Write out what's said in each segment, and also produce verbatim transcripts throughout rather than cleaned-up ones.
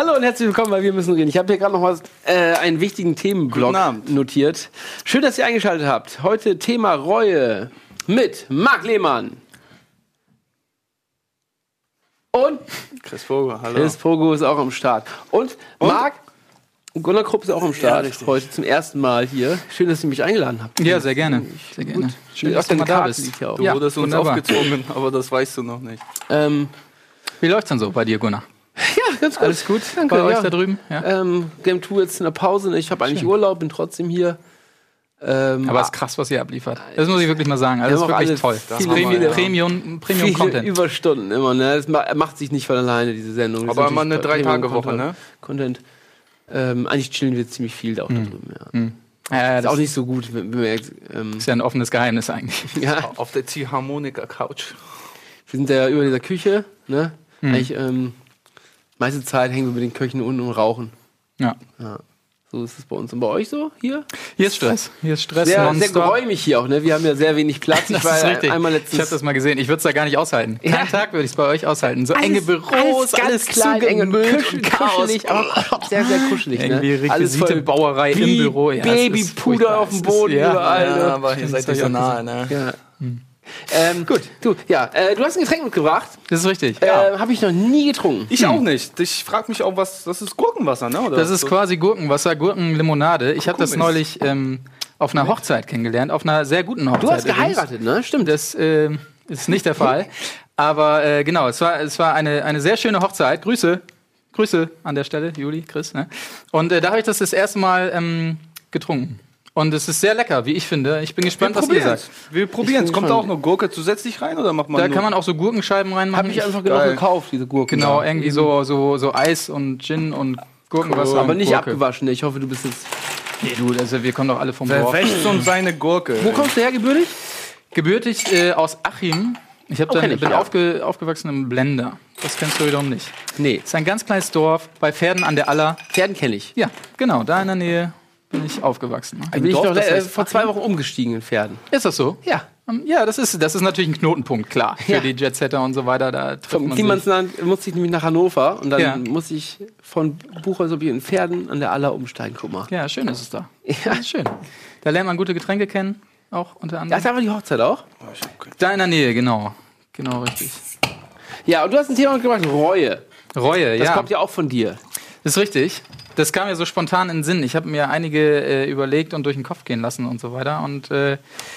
Hallo und herzlich willkommen bei Wir müssen reden. Ich habe hier gerade noch was, äh, einen wichtigen Themenblock notiert. Schön, dass ihr eingeschaltet habt. Heute Thema Reue mit Marc Lehmann. Und Chris Vogel, hallo. Chris Vogel ist auch am Start. Und, und? Marc, Gunnar Krupp ist auch am Start. Ja, heute zum ersten Mal hier. Schön, dass ihr mich eingeladen habt. Ja, sehr gerne. Sehr gerne. Gut. Schön, dass du da bist. Du ja, wurdest uns wunderbar. aufgezwungen, aber das weißt du noch nicht. Ähm, Wie läuft's denn so bei dir, Gunnar? Ja, ganz gut. Alles gut? Danke. Bei euch ja. da drüben? Ja. Ähm, Game zwei jetzt in der Pause. Ich habe eigentlich Schön. Urlaub, bin trotzdem hier. Ähm, aber es ist krass, was ihr abliefert. Das muss ich wirklich mal sagen. Also das ist wirklich toll. Das viele, Premium, viele, Premium, Premium viele Content. Überstunden immer, ne? Das macht sich nicht von alleine, diese Sendung. Aber immer eine Drei-Tage-Woche, ne? Content. Ähm, eigentlich chillen wir ziemlich viel da auch mhm. da drüben, ja. Mhm. Ja, ist auch nicht so gut. Wenn wir, ähm, ist ja ein offenes Geheimnis eigentlich. Ja. Auf der Ziehharmonika-Couch. Wir sind ja über dieser Küche, ne? Mhm. Eigentlich, ähm, meiste Zeit hängen wir mit den Köchen unten und rauchen. Ja. ja. So ist es bei uns. Und bei euch so hier? Hier ist Stress. Hier ist Stress. Sehr, sehr geräumig hier auch, ne? Wir haben ja sehr wenig Platz. Das ich war ist richtig. Einmal letztens ich habe das mal gesehen. Ich würde es da gar nicht aushalten. Keinen ja. Tag würde ich es bei euch aushalten. So alles, enge Büros, alles, alles klein, enge zugemüllt und Chaos. Kuschelig, aber sehr, sehr kuschelig. Irgendwie ne? Requisite-Bauerei im Büro. Ja, Babypuder auf dem Boden ja. überall. Ja, ne? aber hier seid ihr so nahe, ne? Ja. Hm. Ähm, Gut, du, ja, äh, du hast ein Getränk mitgebracht. Das ist richtig. Äh, Ja. Habe ich noch nie getrunken. Ich hm. auch nicht. Ich frage mich auch, was, das ist Gurkenwasser, ne? Oder das ist so? quasi Gurkenwasser, Gurkenlimonade. Ich habe das neulich ähm, auf einer Hochzeit kennengelernt, auf einer sehr guten Hochzeit. Du hast geheiratet, übrigens. Ne? Stimmt. Das äh, ist nicht der Fall. Aber äh, genau, es war, es war eine, eine sehr schöne Hochzeit. Grüße, Grüße an der Stelle, Juli, Chris. Ne? Und äh, da habe ich das das erste Mal ähm, getrunken. Und es ist sehr lecker, wie ich finde. Ich bin gespannt, Wir was ihr sagt. Wir probieren es. Kommt da auch noch Gurke zusätzlich rein oder macht man Da nur? kann man auch so Gurkenscheiben reinmachen. Habe ich einfach genau gekauft, diese Gurken. Genau, irgendwie so, so, so Eis und Gin und Gurkenwasser. Aber und nicht Gurke. abgewaschen. Ich hoffe, du bist jetzt... Nee, du, also wir kommen doch alle vom Wer Dorf. wäscht uns seine Gurke? Wo kommst du her, gebürtig? Gebürtig äh, aus Achim. Ich, hab Oh, dann, kenn ich, bin ja. aufge, aufgewachsen im Blender. Das kennst du wiederum nicht. Nee. Das ist ein ganz kleines Dorf bei Pferden an der Aller. Pferden kenne ich. Ja, genau, da in der Nähe bin ich aufgewachsen. Da bin ich Dorf, noch das äh, heißt vor zwei Wochen umgestiegen in Pferden. Ist das so? Ja. Um, Ja, das ist, das ist natürlich ein Knotenpunkt, klar. Für Ja. die Jetsetter und so weiter. Da trifft Vom man sich. Klimansland musste ich nämlich nach Hannover und dann Ja. musste ich von Buchholzbier in Pferden an der Aller umsteigen. Guck mal. Ja, schön ist es da. Ja. Schön. Da lernt man gute Getränke kennen, auch unter Ja, anderem. da war die Hochzeit auch. Da in der Nähe, genau. Genau, richtig. Ja, und du hast ein Thema mitgebracht, Reue. Reue, Das ja. kommt ja auch von dir. Das ist richtig. Das kam mir so spontan in den Sinn. Ich habe mir einige äh, überlegt und durch den Kopf gehen lassen und so weiter. Und äh,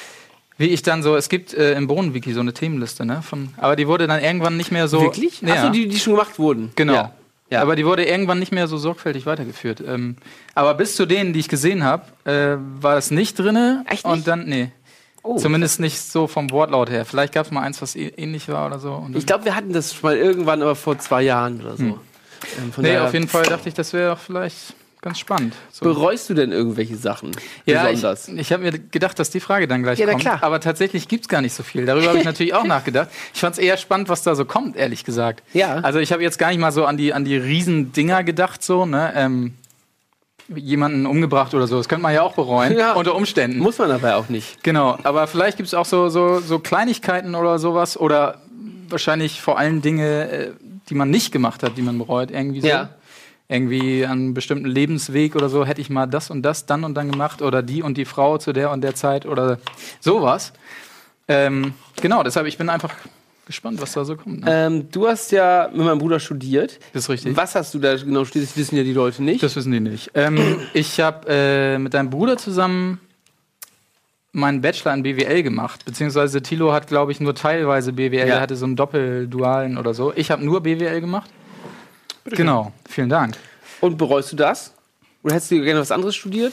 wie ich dann so, es gibt äh, im Bohnenwiki so eine Themenliste, ne? Von, aber die wurde dann irgendwann nicht mehr so. Wirklich? Ja. Achso, die, die schon gemacht wurden. Genau. Ja. Ja. Aber die wurde irgendwann nicht mehr so sorgfältig weitergeführt. Ähm, aber bis zu denen, die ich gesehen habe, äh, war das nicht drinne. Echt nicht? Und dann, nee. Oh. Zumindest nicht so vom Wortlaut her. Vielleicht gab es mal eins, was ä- ähnlich war oder so. Und dann- Ich glaube, wir hatten das schon mal irgendwann, aber vor zwei Jahren oder so. Hm. Ähm, von nee, daher, auf jeden Fall dachte ich, das wäre auch vielleicht ganz spannend. So. bereust du denn irgendwelche Sachen Ja, ich, besonders? ich habe mir gedacht, dass die Frage dann gleich Ja, na kommt. klar. Aber tatsächlich gibt's gar nicht so viel. Darüber habe ich natürlich auch nachgedacht. Ich fand es eher spannend, was da so kommt, ehrlich gesagt. Ja. Also ich habe jetzt gar nicht mal so an die, an die Riesendinger gedacht, so, ne? Ähm, jemanden umgebracht oder so. Das könnte man ja auch bereuen, Ja. unter Umständen. Muss man dabei auch nicht. Genau, aber vielleicht gibt es auch so, so, so Kleinigkeiten oder sowas oder wahrscheinlich vor allem Dinge, äh, die man nicht gemacht hat, die man bereut. Irgendwie so. Ja. Irgendwie an einem bestimmten Lebensweg oder so, hätte ich mal das und das dann und dann gemacht oder die und die Frau zu der und der Zeit oder sowas. Ähm, genau, deshalb, ich bin einfach gespannt, was da so kommt. Ne? Ähm, du hast ja mit meinem Bruder studiert. Das ist richtig. Was hast du da genau studiert? Das wissen ja die Leute nicht. Das wissen die nicht. Ähm, ich habe äh, mit deinem Bruder zusammen meinen Bachelor in B W L gemacht, beziehungsweise Thilo hat, glaube ich, nur teilweise B W L, Ja. er hatte so einen Doppeldualen oder so. Ich habe nur B W L gemacht. Genau, vielen Dank. Und bereust du das? Oder hättest du gerne was anderes studiert?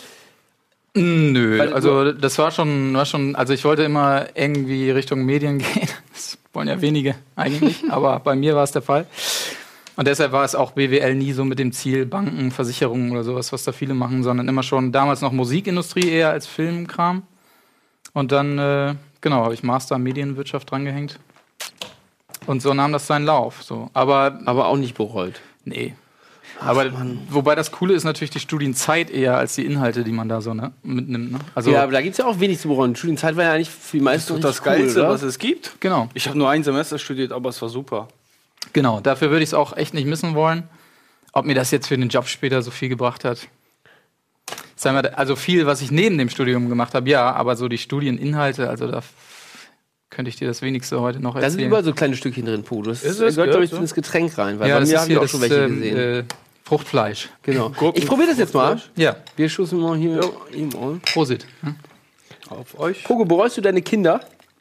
Nö, Weil- also das war schon, war schon, also ich wollte immer irgendwie Richtung Medien gehen. Das wollen ja wenige eigentlich, aber bei mir war es der Fall. Und deshalb war es auch B W L nie so mit dem Ziel Banken, Versicherungen oder sowas, was da viele machen, sondern immer schon damals noch Musikindustrie eher als Filmkram. Und dann, äh, genau, habe ich Master Medienwirtschaft drangehängt. Und so nahm das seinen Lauf. So. Aber, Aber auch nicht bereut. nee. Aber wobei das Coole ist natürlich die Studienzeit eher als die Inhalte, die man da so ne, mitnimmt. Ne? Also, Ja, aber da gibt es ja auch wenig zu bereuen. Studienzeit war ja eigentlich für die meisten Das ist doch richtig das Geilste, cool, oder? was es gibt. genau. Ich habe nur ein Semester studiert, aber es war super. Genau, dafür würde ich es auch echt nicht missen wollen. Ob mir das jetzt für den Job später so viel gebracht hat? Sagen wir, also viel, was ich neben dem Studium gemacht habe, ja, aber so die Studieninhalte, also da könnte ich dir das wenigste heute noch erzählen. Da sind überall so kleine Stückchen drin, Po. Das ist gehört, glaube ich, so? ins Getränk rein, weil ja, bei das mir ist habe ich hier auch schon das, welche ähm, gesehen. Äh, Fruchtfleisch. Genau. Gurken- Ich probiere das jetzt mal. Ja, Wir stoßen mal hier eben an. Prosit. Hm? Auf euch. Pogo, bereust du deine Kinder?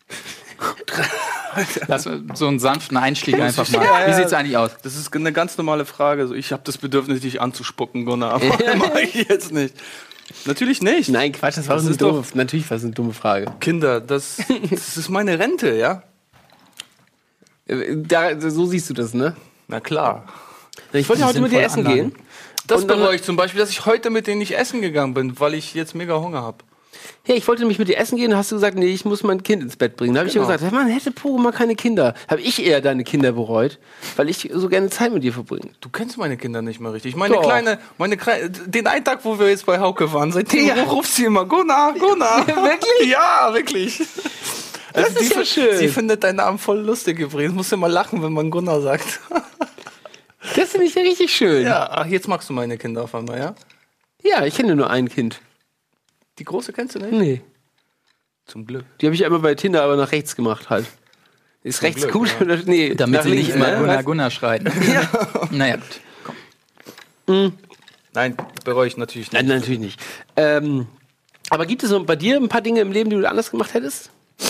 Lass so einen sanften Einstieg einfach mal. Ja, ja. Wie sieht's eigentlich aus? Das ist eine ganz normale Frage. Also ich habe das Bedürfnis, dich anzuspucken, Gunnar. Aber mache ich jetzt nicht. Natürlich nicht. Nein, Quatsch, das war Das eine ist dumme, natürlich war es eine dumme Frage. Kinder, das, das ist meine Rente, ja? Äh, Da, so siehst du das, ne? Na klar. Ich wollte ja heute mit dir essen Sinnvolle Anlagen. gehen. Das Und dann- bereue ich zum Beispiel, dass ich heute mit denen nicht essen gegangen bin, weil ich jetzt mega Hunger habe. Ja, ich wollte nämlich mit dir essen gehen, hast du gesagt, nee, ich muss mein Kind ins Bett bringen. Da habe Genau. ich ja gesagt, man hätte Pogo mal keine Kinder. Habe ich eher deine Kinder bereut, weil ich so gerne Zeit mit dir verbringe. Du kennst meine Kinder nicht mal richtig. Meine Doch. kleine, meine kleine, den einen Tag, wo wir jetzt bei Hauke waren, seitdem Ja. ruft sie immer Gunnar, Gunnar. Wirklich? Ja, wirklich. Das Also ist die ja fi- schön. Sie findet deinen Namen voll lustig übrigens. Musst du mal lachen, wenn man Gunnar sagt. Das finde ich ja richtig schön. Ja, ach, jetzt magst du meine Kinder auf einmal, ja? Ja, ich kenne nur ein Kind. Die große kennst du nicht? Nee. Zum Glück. Die habe ich einmal bei Tinder aber nach rechts gemacht halt. Ist rechts Glück, gut? ja. Oder? Nee, Damit nach sie links, nicht immer ne? Gunnar Was? Gunnar schreien. Ja. Naja, gut. Nein, bereue ich natürlich nicht. Nein, natürlich nicht. Ähm, aber gibt es so bei dir ein paar Dinge im Leben, die du anders gemacht hättest?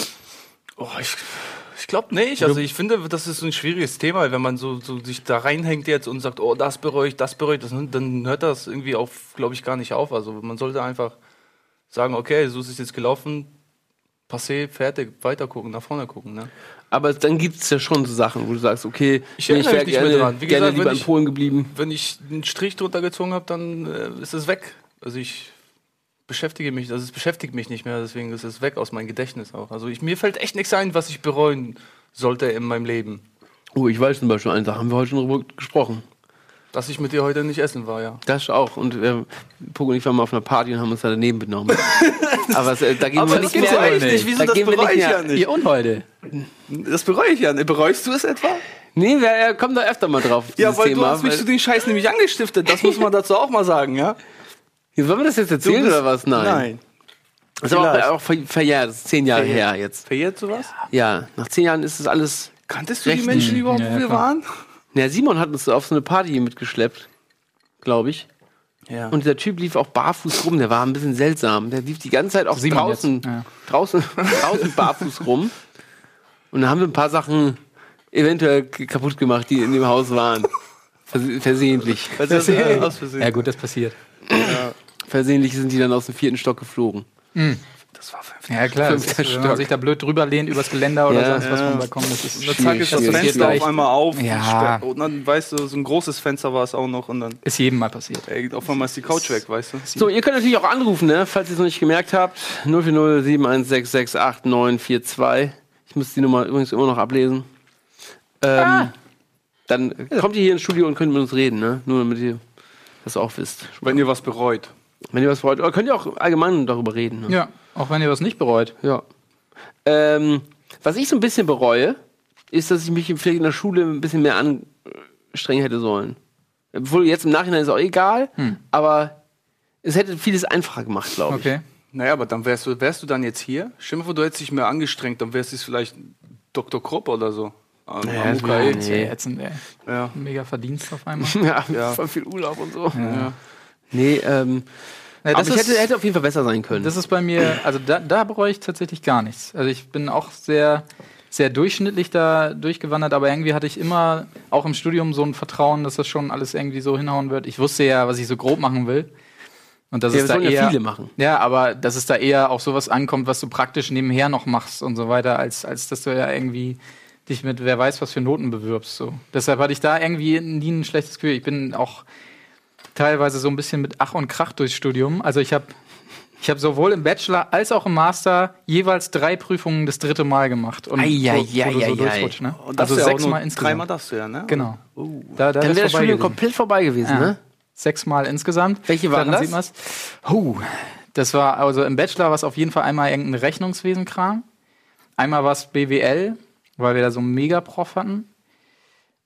Oh, ich ich glaube nicht. Also ich finde, das ist ein schwieriges Thema, wenn man so, so sich da reinhängt jetzt und sagt, oh, das bereue ich, das bereue ich, das, dann hört das irgendwie auch, glaube ich, gar nicht auf. Also man sollte einfach sagen, okay, so ist es jetzt gelaufen, passé, fertig, weiter gucken, nach vorne gucken. Ne? Aber dann gibt es ja schon so Sachen, wo du sagst, okay, Ich nee, erinnere wäre mich nicht mehr gerne, dran. Wie gerne gesagt, lieber wenn in ich- Polen geblieben. Wenn ich einen Strich drunter gezogen habe, dann äh, ist es weg. Also ich beschäftige mich, also es beschäftigt mich nicht mehr, deswegen ist es weg aus meinem Gedächtnis auch. Also ich, mir fällt echt nichts ein, was ich bereuen sollte in meinem Leben. Oh, ich weiß zum Beispiel einen, da haben wir heute schon drüber gesprochen. Dass ich mit dir heute nicht essen war, ja. Das auch. Und wir, Pogo und ich waren mal auf einer Party und haben uns da daneben benommen. Aber äh, da gehen Aber wir das nicht gibt's mehr aber ein. nicht. Wieso, Da das gehen wir bereue ich mehr- ja nicht. Ihr Unholde. Das bereue ich ja. Bereust du es etwa? Nee, wir äh, kommen da öfter mal drauf. Ja, dieses weil Thema, du hast mich weil- zu den Scheiß nämlich angestiftet. Das muss man dazu auch mal sagen, ja? Hier, sollen wir das jetzt erzählen Du bist- oder was? Nein. Nein. Das ist aber Vielleicht. auch, auch ver verjährt. Das ist zehn Jahre Verjährt. her jetzt. Verjährt sowas? Ja, nach zehn Jahren ist das alles. Kanntest du die Recht- Menschen überhaupt, Ja, wo wir klar. waren? Ja, Simon hat uns auf so eine Party mitgeschleppt, glaube ich. Ja. Und dieser Typ lief auch barfuß rum. Der war ein bisschen seltsam. Der lief die ganze Zeit auch Simon draußen, jetzt, ja. draußen, draußen barfuß rum. Und dann haben wir ein paar Sachen eventuell k- kaputt gemacht, die in dem Haus waren. Verse versehentlich. Das ist ja aus Versehen. Ja gut, das passiert. Versehentlich sind die dann aus dem vierten Stock geflogen. Das war fünf. Ja klar, das Fünfter ist, wenn man Stock. sich da blöd drüber lehnt übers Geländer oder Ja. sonst was Ja. vom Balkon, das ist Und dann zack Schwierig, ist das schwierig. Fenster Vielleicht- auf einmal auf. Ja. Und dann, weißt du, so ein großes Fenster war es auch noch. Und dann, ist jedem mal passiert. ey, auf einmal ist die Couch weg, weißt du? So, ihr könnt natürlich auch anrufen, ne? Falls ihr es noch nicht gemerkt habt. null vier null sieben eins sechs sechs acht neun vier zwei. Ich muss die Nummer übrigens immer noch ablesen. Ähm, Dann kommt ihr hier ins Studio und könnt mit uns reden, ne? Nur damit ihr das auch wisst. Wenn ihr was bereut. Wenn ihr was wollt, oder könnt ihr auch allgemein darüber reden. Ne? Ja, auch wenn ihr was nicht bereut. Ja. Ähm, was ich so ein bisschen bereue, ist, dass ich mich vielleicht in der Schule ein bisschen mehr anstrengen hätte sollen. Obwohl jetzt im Nachhinein ist auch egal, aber es hätte vieles einfacher gemacht, glaube ich. Okay. Naja, aber dann wärst du, wärst du dann jetzt hier? Stell dir vor, du hättest dich mehr angestrengt, dann wärst du jetzt vielleicht Doktor Krupp oder so. Am, Naja, am das U K wär- E. Das ist ja ätzend, ey. Ja. Mega Verdienst auf einmal. Ja, Ja. voll viel Urlaub und so. Ja. Nee, ähm, Ja, aber das ich hätte, ist- hätte auf jeden Fall besser sein können. Das ist bei mir, also da, da bereue ich tatsächlich gar nichts. Also ich bin auch sehr, sehr durchschnittlich da durchgewandert, aber irgendwie hatte ich immer auch im Studium so ein Vertrauen, dass das schon alles irgendwie so hinhauen wird. Ich wusste ja, was ich so grob machen will. Und dass Ja, es das da sollen ja eher, viele machen. Ja, aber dass es da eher auch sowas ankommt, was du praktisch nebenher noch machst und so weiter, als, als dass du ja irgendwie dich mit wer weiß was für Noten bewirbst. So. Deshalb hatte ich da irgendwie nie ein schlechtes Gefühl. Ich bin auch teilweise so ein bisschen mit Ach und Krach durchs Studium. Also ich habe ich hab sowohl im Bachelor als auch im Master jeweils drei Prüfungen das dritte Mal gemacht. Und Ei, ei, wo, wo ei, du so ei, durchrutscht, ne? Und das Also ja auch sechsmal nur insgesamt. Dreimal das du ja, ne? Genau. Oh. Da, da Dann ist wäre das vorbei Studium gewesen. komplett vorbei gewesen, Ja. ne? Sechsmal insgesamt. Welche waren Daran das? sieht man's. Huh. Das war, also im Bachelor war es auf jeden Fall einmal irgendein Rechnungswesen-Kram. Einmal war es B W L, weil wir da so einen Mega-Prof hatten.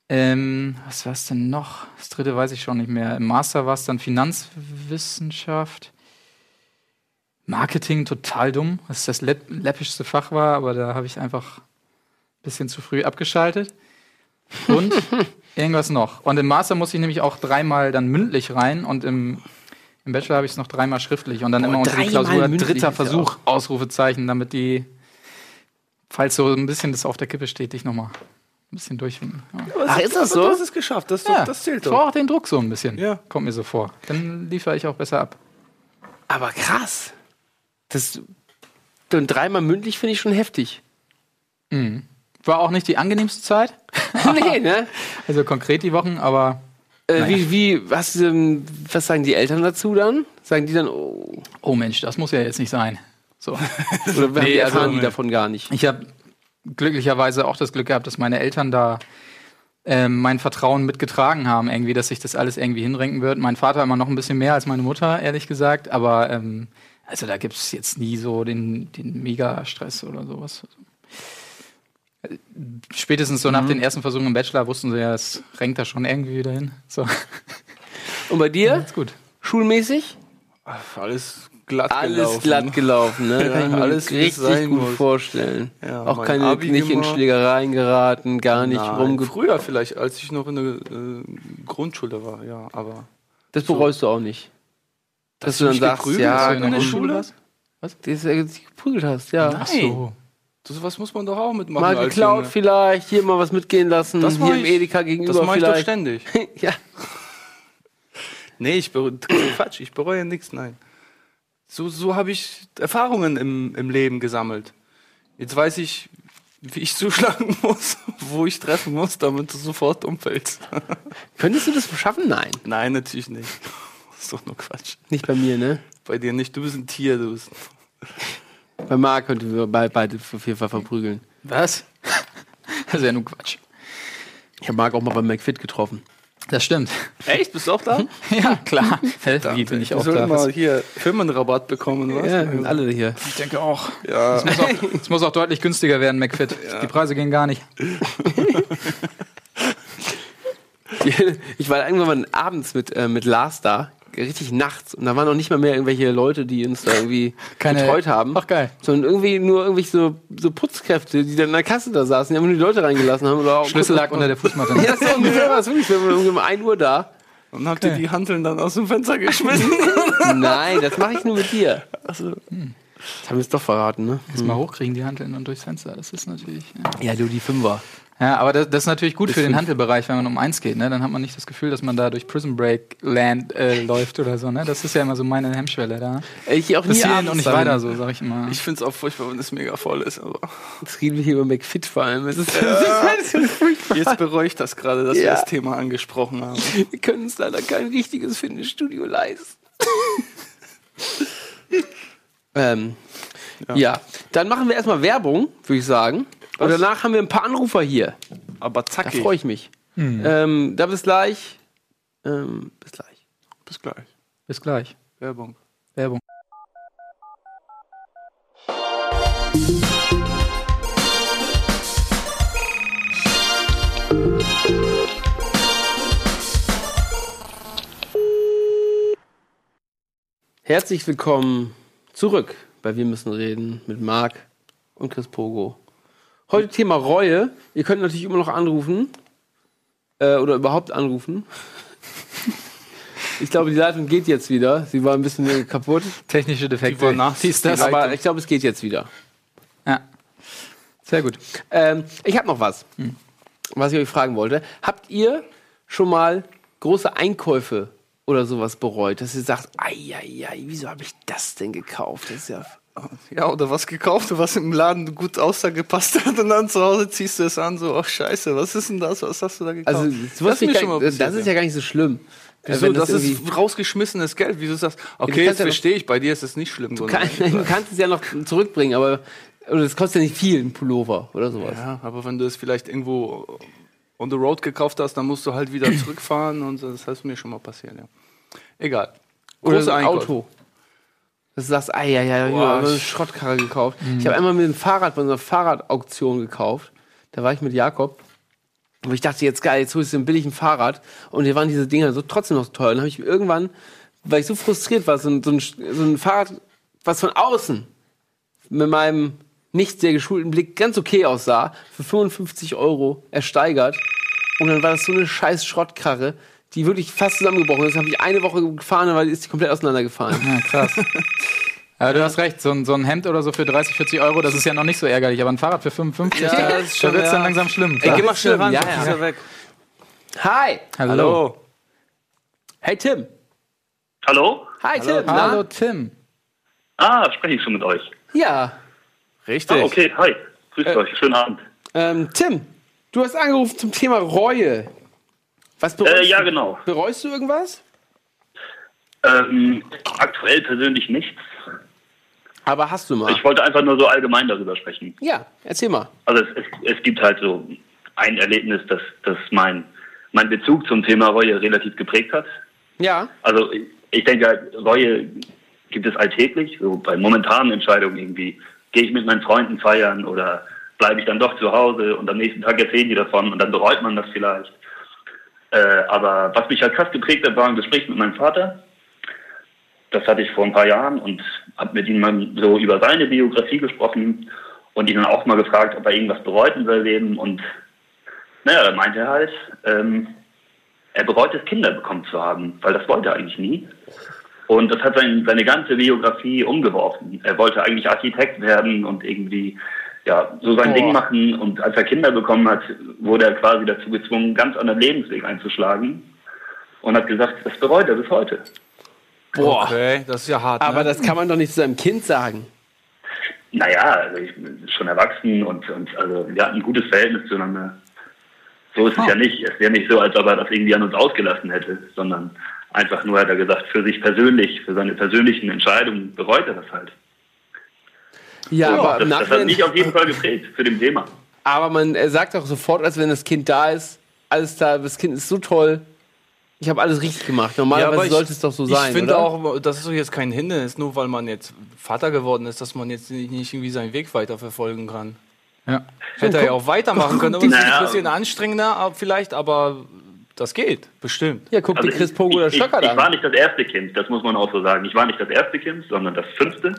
Ähm, was war es denn noch? Das dritte weiß ich schon nicht mehr. Im Master war es dann Finanzwissenschaft. Marketing, total dumm, was das läpp läppischste Fach war, aber da habe ich einfach ein bisschen zu früh abgeschaltet. Und irgendwas noch. Und im Master musste ich nämlich auch dreimal dann mündlich rein und im, im Bachelor habe ich es noch dreimal schriftlich und dann Boah, immer unter die dreimal Klausur mündlich dritter ist ja Versuch, auch- Ausrufezeichen, damit die, falls so ein bisschen das auf der Kippe steht, dich nochmal ein bisschen durchwinken. Ja. Ach, ist das Aber so? Du hast es geschafft, das, Ja, das zählt ich brauche doch. auch den Druck so ein bisschen, Ja. kommt mir so vor. Dann liefere ich auch besser ab. Aber krass. Das, und dreimal mündlich finde ich schon heftig. War auch nicht die angenehmste Zeit, Nee, ne? also konkret die Wochen, aber Äh, Naja. wie, wie, was, ähm, was sagen die Eltern dazu dann? Sagen die dann, oh, oh Mensch, das muss ja jetzt nicht sein. So. oder haben die Nee, erfahren also- die davon gar nicht? Ich habe glücklicherweise auch das Glück gehabt, dass meine Eltern da ähm, mein Vertrauen mitgetragen haben, irgendwie, dass sich das alles irgendwie hinrenken wird. Mein Vater immer noch ein bisschen mehr als meine Mutter, ehrlich gesagt, aber ähm, also da gibt es jetzt nie so den, den Mega-Stress oder sowas. Spätestens so nach den ersten Versuchen im Bachelor wussten sie ja, es renkt da schon irgendwie wieder hin. So, Und bei dir? ist gut. Schulmäßig? Ach, alles glatt Alles gelaufen. glatt gelaufen, ne? Ja, Kann ich mir alles, wie es richtig sein gut muss. vorstellen. Ja, Auch mein keine, Abi nicht in gemacht. Schlägereien geraten, gar nicht Nein, rumge... früher vielleicht, als ich noch in der äh, Grundschule war, ja, aber Das bereust du auch nicht. Dass, Dass du dann mich sagst, geprügelt ja, hast in der in der Grundschule Schule? was? dass du dich geprügelt hast, ja. Nein. Ach so. das, was muss man doch auch mitmachen Mal als geklaut Junge. vielleicht, hier mal was mitgehen lassen, Das mach hier im ich- Edeka gegenüber Das mache ich doch vielleicht. ständig. ja. Nee, ich bereue, Quatsch, ich bereue nichts, nein. So, so habe ich Erfahrungen im, im Leben gesammelt. Jetzt weiß ich, wie ich zuschlagen muss, wo ich treffen muss, damit du sofort umfällst. Könntest du das schaffen? Nein. Nein, natürlich nicht. Das ist doch nur Quatsch. Nicht bei mir, ne? Bei dir nicht, du bist ein Tier, du bist. Bei Marc könnten wir beide, beide auf jeden Fall verprügeln. Was? Das ist ja nur Quatsch. Ich habe Marc auch mal beim McFit getroffen. Das stimmt. Echt? Bist du auch da? Ja, klar. Hä, Wie bin ich Wir auch sollten da? mal hier Firmenrabatt bekommen, was? Ja, sind alle hier. Ich denke auch. Ja. Es muss auch, es muss auch deutlich günstiger werden, McFit. Die Preise gehen gar nicht. Ich war irgendwann mal abends mit, äh, mit Lars da, richtig nachts. Und da waren noch nicht mal mehr irgendwelche Leute, die uns da irgendwie Keine- betreut haben. Ach, geil. Sondern irgendwie nur irgendwelche so, so Putzkräfte, die dann in der Kasse da saßen, die einfach nur die Leute reingelassen haben. Oder auch Schlüssel lag unter der Fußmatte. Ja, so ungefähr was. Wirklich, wir waren irgendwie um ein Uhr da. Und habt ihr die Hanteln dann aus dem Fenster geschmissen? Nein, das mache ich nur mit dir. Also, Das haben wir es doch verraten, ne? Jetzt mal hochkriegen die Hanteln und durchs Fenster. Das ist natürlich. Ja, Ja, du, die Fünfer. ja aber das, das ist natürlich gut Bis für den fünf. Hantelbereich, wenn man um eins geht. Ne? Dann hat man nicht das Gefühl, dass man da durch Prison Break Land äh, läuft oder so. Ne? Das ist ja immer so meine Hemmschwelle da. Ich auch nie Bis hierhin abends und nicht dahin. weiter, so sag ich immer. ich finde es auch furchtbar, wenn es mega voll ist. Aber Jetzt reden wir hier über McFit vor allem. Es ist, das ist so furchtbar. jetzt bereue ich das gerade, dass wir Ja. das Thema angesprochen haben. Wir können uns leider kein richtiges Fitnessstudio leisten. ähm, ja. Ja. Dann machen wir erstmal Werbung, würde ich sagen. Und Was? danach haben wir ein paar Anrufer hier. Aber Da zackig. freue ich mich. Ähm, da bis gleich. Ähm, bis gleich. Bis gleich. Bis gleich. Werbung. Werbung. Herzlich willkommen zurück bei Wir müssen reden mit Marc und Chris Pogo. Heute Thema Reue. Ihr könnt natürlich immer noch anrufen. Äh, oder überhaupt anrufen. Ich glaube, die Leitung geht jetzt wieder. Sie war ein bisschen kaputt. Technische Defekte. Die war nass. Dies, das. Die Leitung. Aber ich glaube, es geht jetzt wieder. Ja. Sehr gut. Ähm, ich habe noch was, was ich euch fragen wollte. Habt ihr schon mal große Einkäufe oder sowas bereut, dass ihr sagt, ei, ei, ei, wieso habe ich das denn gekauft? Das ist ja Ja, oder was gekauft, was im Laden gut aussah, gepasst hat und dann zu Hause ziehst du es an, so, ach scheiße, was ist denn das, was hast du da gekauft? also das sowas ist finde mir ich schon gar, mal das passiert, ist ja gar nicht so schlimm. Äh, Wieso, wenn das irgendwie- ist rausgeschmissenes Geld, wieso ist das? du Okay, kannst jetzt ja noch- verstehe ich, bei dir ist es nicht schlimm. Du, kann, du kannst es ja noch zurückbringen, aber oder das kostet ja nicht viel, ein Pullover oder sowas. Ja, aber wenn du es vielleicht irgendwo on the road gekauft hast, dann musst du halt wieder zurückfahren und so, das ist mir schon mal passiert, ja. Egal. Oder Große so ein Einkäufe. Auto. Dass du sagst, ei, ei, ei, ich Boah, habe eine ich- wo ich dachte, jetzt geil, jetzt holst du ein billigen Fahrrad. Und hier waren diese Dinger so trotzdem noch so teuer. Und dann habe ich irgendwann, weil ich so frustriert war, so ein, so, ein, so ein Fahrrad, was von außen mit meinem nicht sehr geschulten Blick ganz okay aussah, für fünfundfünfzig Euro ersteigert. Und dann war das so eine scheiß Schrottkarre, die wirklich fast zusammengebrochen ist. Das habe ich eine Woche gefahren, weil die ist die komplett auseinandergefahren. Ja, krass. Ja, du hast recht, so ein, so ein Hemd oder so für dreißig, vierzig Euro, das ist ja noch nicht so ärgerlich, aber ein Fahrrad für fünfundfünfzig, Ja, da, das ist schon, da wird's ja. dann langsam schlimm. Ey, geh mal schnell ran, ja, sonst ja. ist er weg. Hi! Hallo. Hey Tim! Hallo? Hi Tim! Hallo Na? Tim. Ah, spreche ich schon mit euch. Ja. Richtig. Ah, okay, hi. Grüßt Äh, euch, schönen Abend. Ähm, Tim, du hast angerufen zum Thema Reue. Was bereust Äh, ja, du? genau. Bereust du irgendwas? Ähm, aktuell persönlich nichts. Aber hast du mal? Ich wollte einfach nur so allgemein darüber sprechen. Ja, erzähl mal. Also es, es, es gibt halt so ein Erlebnis, das, das mein, mein Bezug zum Thema Reue relativ geprägt hat. Ja. Also ich, ich denke halt, Reue gibt es alltäglich. So bei momentanen Entscheidungen irgendwie, gehe ich mit meinen Freunden feiern oder bleibe ich dann doch zu Hause und am nächsten Tag erzählen die davon und dann bereut man das vielleicht. Äh, aber was mich halt krass geprägt hat, war ein Gespräch mit meinem Vater. Das hatte ich vor ein paar Jahren und habe mit ihm mal so über seine Biografie gesprochen und ihn dann auch mal gefragt, ob er irgendwas bereut in seinem Leben. Und naja, da meinte er halt, ähm, er bereut es, Kinder bekommen zu haben, weil das wollte er eigentlich nie. Und das hat sein, seine ganze Biografie umgeworfen. Er wollte eigentlich Architekt werden und irgendwie ja so sein Boah. Ding machen. Und als er Kinder bekommen hat, wurde er quasi dazu gezwungen, einen ganz anderen Lebensweg einzuschlagen. Und hat gesagt, das bereut er bis heute. Boah. Okay, das ist ja hart. Aber ne? das kann man doch nicht zu seinem Kind sagen. Naja, also ich bin schon erwachsen und, und also wir hatten ein gutes Verhältnis zueinander. So ist es Oh. ja nicht. Es wäre nicht so, als ob er das irgendwie an uns ausgelassen hätte, sondern einfach nur hat er gesagt, für sich persönlich, für seine persönlichen Entscheidungen bereut er das halt. Ja, So, aber, im das, das hat Nachhinein- mich auf jeden Fall geprägt für dem Thema. aber man er sagt auch sofort, als wenn das Kind da ist, alles da, das Kind ist so toll. Ich habe alles richtig gemacht. Normalerweise aber ich- sollte es doch so sein, Ich finde oder? auch, das ist doch jetzt kein Hindernis, nur weil man jetzt Vater geworden ist, dass man jetzt nicht irgendwie seinen Weg weiterverfolgen kann. Ja. Hätte er ja auch weitermachen können, aber es ist Naja. ein bisschen anstrengender aber vielleicht, aber das geht, bestimmt. Ja, guck dir Chris Pogo oder ich, Stöcker ich, ich an. war nicht das erste Kind, das muss man auch so sagen. Ich war nicht das erste Kind, sondern das fünfte.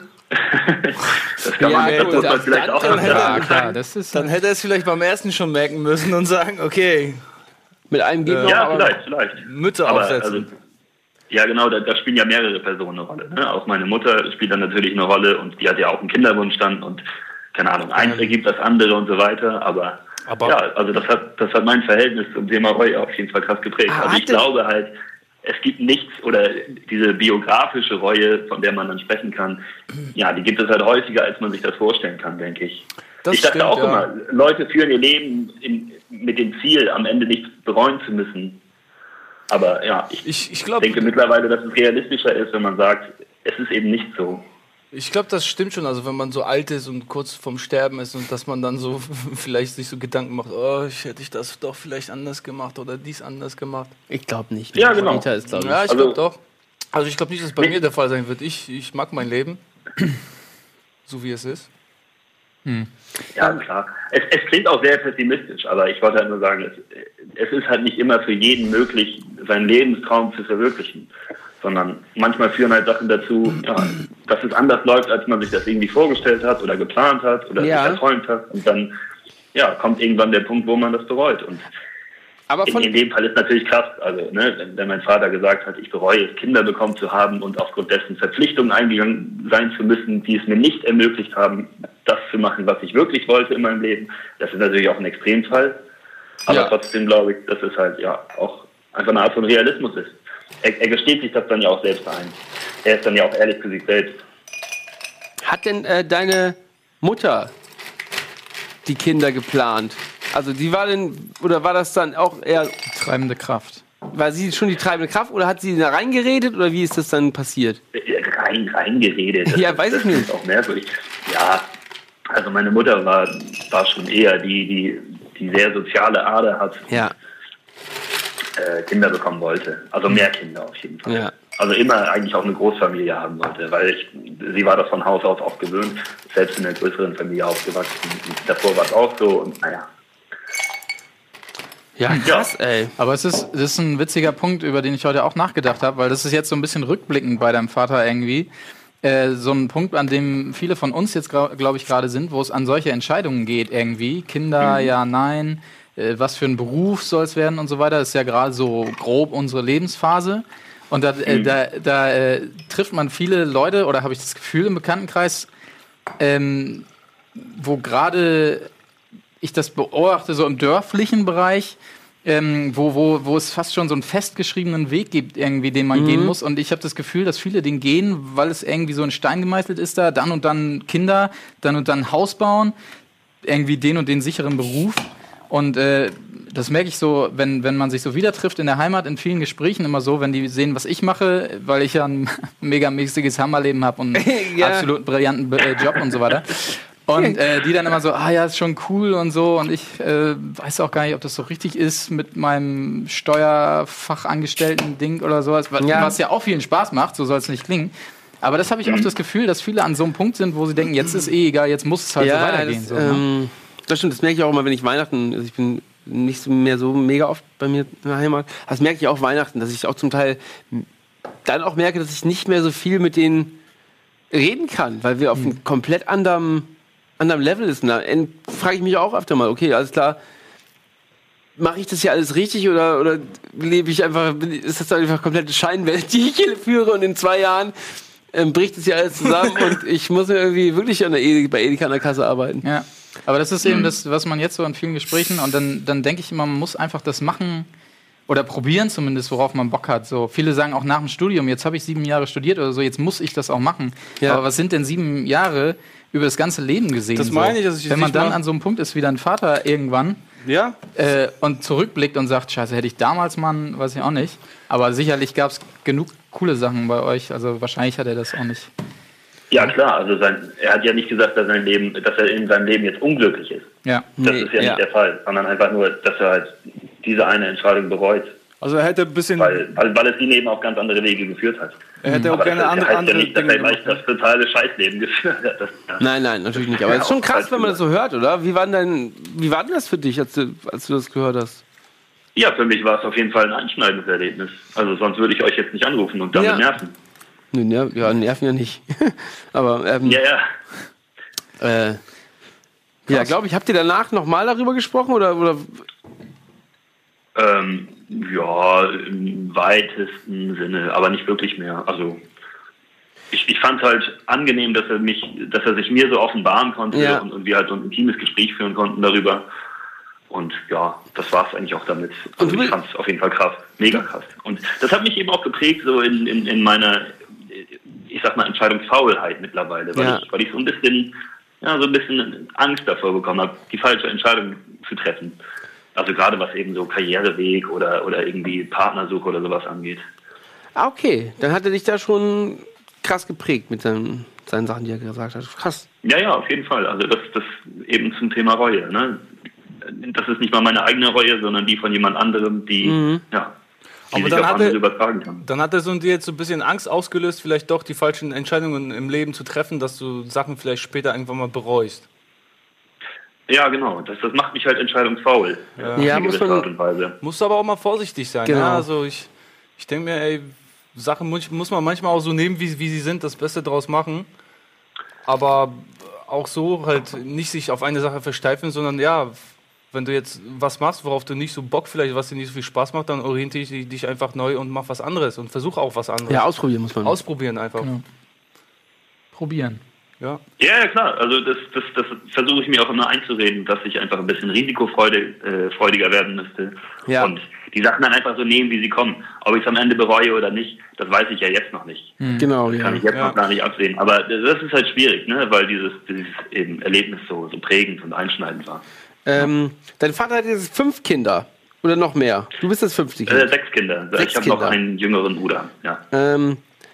Das kann Ja, man, das gut, muss man das- vielleicht dann- auch dann noch hätte er- sagen. Ja, klar, das ist Dann hätte er es vielleicht beim ersten schon merken müssen und sagen, okay, Mit einem geht noch, Ja, aber vielleicht, vielleicht. Mütze Aber, aufsetzen. also, ja, genau, da, da spielen ja mehrere Personen eine Rolle. Ne? Auch meine Mutter spielt dann natürlich eine Rolle und die hat ja auch einen Kinderwunsch dann und keine Ahnung, eins ergibt das andere und so weiter. Aber, Aber- ja, also das hat, das hat mein Verhältnis zum Thema Reue auf jeden Fall krass geprägt. Ah, also ich hatte- glaube halt, es gibt nichts oder diese biografische Reue, von der man dann sprechen kann, ja, die gibt es halt häufiger, als man sich das vorstellen kann, denke ich. Das ich dachte stimmt, auch ja. immer, Leute führen ihr Leben in, mit dem Ziel, am Ende nichts bereuen zu müssen. Aber ja, ich, Ich, ich glaube, denke mittlerweile, dass es realistischer ist, wenn man sagt, es ist eben nicht so. ich glaub, das stimmt schon. Also wenn man so alt ist und kurz vorm Sterben ist und dass man dann so vielleicht sich so Gedanken macht, oh, ich hätte ich das doch vielleicht anders gemacht oder dies anders gemacht. ich glaube nicht. Ja, genau. Später ist, glaube ich. Ja, ich Also- glaube doch. Also ich glaube nicht, dass es bei Nee. mir der Fall sein wird. Ich, ich mag mein Leben, so wie es ist. Ja, klar. Es, es klingt auch sehr pessimistisch, aber ich wollte halt nur sagen, es, es ist halt nicht immer für jeden möglich, seinen Lebenstraum zu verwirklichen, sondern manchmal führen halt Sachen dazu, ja, dass es anders läuft, als man sich das irgendwie vorgestellt hat oder geplant hat oder Ja. sich erträumt hat. Und dann ja, kommt irgendwann der Punkt, wo man das bereut. Und Aber in, von, in dem Fall ist natürlich krass, also ne, wenn, wenn mein Vater gesagt hat, ich bereue es, Kinder bekommen zu haben und aufgrund dessen Verpflichtungen eingegangen sein zu müssen, die es mir nicht ermöglicht haben, das zu machen, was ich wirklich wollte in meinem Leben. Das ist natürlich auch ein Extremfall, aber Ja. trotzdem glaube ich, dass es halt ja auch einfach eine Art von Realismus ist. Er, er gesteht sich das dann ja auch selbst ein. Er ist dann ja auch ehrlich zu sich selbst. hat denn äh, deine Mutter die Kinder geplant? Also die war denn, oder war das dann auch eher, treibende Kraft. war sie schon die treibende Kraft oder hat sie da reingeredet oder wie ist das dann passiert? Rein, reingeredet. Das Ja, ist- weiß das ich nicht. ist auch merkwürdig. Ja, also meine Mutter war, war schon eher die, die, die sehr soziale Ader hat, Ja, äh, Kinder bekommen wollte. Also mehr Kinder auf jeden Fall. Ja. Also immer eigentlich auch eine Großfamilie haben wollte, weil ich, sie war das von Haus aus auch gewöhnt, selbst in einer größeren Familie aufgewachsen. Und davor war es auch so und naja. Ja, krass, ey. Aber es ist, das ist ein witziger Punkt, über den ich heute auch nachgedacht habe, weil das ist jetzt so ein bisschen rückblickend bei deinem Vater irgendwie. Äh, so ein Punkt, an dem viele von uns jetzt, glaube ich, gerade sind, wo es an solche Entscheidungen geht irgendwie. Kinder, mhm. ja, nein, äh, was für ein Beruf soll es werden und so weiter. Das ist ja gerade so grob unsere Lebensphase. Und da, äh, mhm. da, da äh, trifft man viele Leute, oder habe ich das Gefühl im Bekanntenkreis, ähm, wo gerade ich das beobachte, so im dörflichen Bereich, ähm, wo, wo, wo es fast schon so einen festgeschriebenen Weg gibt, irgendwie, den man mhm. gehen muss. Und ich habe das Gefühl, dass viele den gehen, weil es irgendwie so in Stein gemeißelt ist da, dann und dann Kinder, dann und dann Haus bauen, irgendwie den und den sicheren Beruf. Und äh, das merke ich so, wenn, wenn man sich so wieder trifft in der Heimat, in vielen Gesprächen immer so, wenn die sehen, was ich mache, weil ich ja ein megamäßiges Hammerleben habe und einen ja. absolut brillanten äh, Job und so weiter. Und äh, die dann immer so, ah ja, ist schon cool und so. Und ich äh, weiß auch gar nicht, ob das so richtig ist mit meinem Steuerfachangestellten-Ding oder sowas, was ja. was ja auch vielen Spaß macht, so soll es nicht klingen. Aber das habe ich mhm. oft das Gefühl, dass viele an so einem Punkt sind, wo sie denken, jetzt ist eh egal, jetzt muss es halt ja, so weitergehen. Das, so, ähm, ne? Das stimmt, das merke ich auch immer, wenn ich Weihnachten, also ich bin nicht so mehr so mega oft bei mir in der Heimat, das merke ich auch Weihnachten, dass ich auch zum Teil dann auch merke, dass ich nicht mehr so viel mit denen reden kann, weil wir auf einem komplett anderen anderem Level ist. Da frage ich mich auch öfter mal, okay, alles klar, mache ich das hier alles richtig oder, oder lebe ich einfach, ist das einfach komplette Scheinwelt, die ich hier führe und in zwei Jahren ähm, bricht es hier alles zusammen und ich muss mir irgendwie wirklich an der Ed- bei Edeka an der Kasse arbeiten. Ja, aber das ist eben das, was man jetzt so in vielen Gesprächen und dann, dann denke ich immer, man muss einfach das machen oder probieren zumindest, worauf man Bock hat. So, viele sagen auch nach dem Studium, jetzt habe ich sieben Jahre studiert oder so, jetzt muss ich das auch machen. Ja. Aber was sind denn sieben Jahre über das ganze Leben gesehen? Das meine ich, dass ich so? Wenn man dann an so einem Punkt ist wie dein Vater irgendwann ja. äh, und zurückblickt und sagt, scheiße, hätte ich damals mal, weiß ich auch nicht. Aber sicherlich gab es genug coole Sachen bei euch. Also wahrscheinlich hat er das auch nicht. Ja klar, also sein, er hat ja nicht gesagt, dass, sein Leben, dass er in seinem Leben jetzt unglücklich ist. Ja. Das nee, ist ja, ja nicht der Fall, sondern einfach nur, dass er halt diese eine Entscheidung bereut. Also er hätte ein bisschen... Weil, weil, weil es ihn eben auf ganz andere Wege geführt hat. Er hätte auch gerne andere, heißt andere ja nicht, dass er gleich das totale Scheißleben geführt hat. Das, ja. Nein, nein, natürlich nicht. Aber es ist schon krass, wenn man das so hört, oder? Wie war denn, wie war denn das für dich, als du, als du das gehört hast? Ja, für mich war es auf jeden Fall ein einschneidendes Erlebnis. Also sonst würde ich euch jetzt nicht anrufen und damit ja. nerven. Nö, ner- ja, nerven ja nicht. Aber, ähm, Ja, ja. Äh, ja, glaube ich, habt ihr danach nochmal darüber gesprochen, oder, oder? Ähm, ja, im weitesten Sinne, aber nicht wirklich mehr. Also ich, ich fand es halt angenehm, dass er mich, dass er sich mir so offenbaren konnte ja. und, und wir halt so ein intimes Gespräch führen konnten darüber. Und ja, das war es eigentlich auch damit. Also ich fand es auf jeden Fall krass, mega krass. Und das hat mich eben auch geprägt, so in, in, in meiner, ich sag mal, Entscheidungsfaulheit mittlerweile, weil, ja. ich, weil ich so ein bisschen, ja, so ein bisschen Angst davor bekommen habe, die falsche Entscheidung zu treffen. Also gerade was eben so Karriereweg oder, oder irgendwie Partnersuche oder sowas angeht. Ah, okay. Dann hat er dich da schon krass geprägt mit seinen, seinen Sachen, die er gesagt hat. Krass. Ja, ja, auf jeden Fall. Also das, das eben zum Thema Reue. Ne? Das ist nicht mal meine eigene Reue, sondern die von jemand anderem, die, mhm. ja, die aber sich dann auf hat andere er, übertragen kann. Dann hat er so dir jetzt so ein bisschen Angst ausgelöst, vielleicht doch die falschen Entscheidungen im Leben zu treffen, dass du Sachen vielleicht später irgendwann mal bereust. Ja, genau. Das, das macht mich halt entscheidungsfaul. Ja, ja muss man. Art und Weise. Musst aber auch mal vorsichtig sein. Genau. Ja? Also ich, ich denke mir, ey, Sachen muss, muss man manchmal auch so nehmen, wie, wie sie sind, das Beste draus machen. Aber auch so halt nicht sich auf eine Sache versteifen, sondern ja, wenn du jetzt was machst, worauf du nicht so Bock vielleicht, was dir nicht so viel Spaß macht, dann orientiere dich einfach neu und mach was anderes und versuch auch was anderes. Ja, ausprobieren muss man. Ausprobieren einfach. Genau. Probieren. Ja. Ja, ja, klar. Also das, das, das versuche ich mir auch immer einzureden, dass ich einfach ein bisschen risikofreudiger äh, werden müsste. Ja. Und die Sachen dann einfach so nehmen, wie sie kommen. Ob ich es am Ende bereue oder nicht, das weiß ich ja jetzt noch nicht. Mhm. Genau, das ja. kann ich jetzt ja. noch gar nicht absehen. Aber das ist halt schwierig, ne? Weil dieses, dieses eben Erlebnis so, so prägend und einschneidend war. Ähm, dein Vater hat jetzt fünf Kinder. Oder noch mehr? Du bist das fünfte Kind. Äh, sechs Kinder. Sechs ich habe Kinder. noch einen jüngeren Bruder. Ja. Ähm,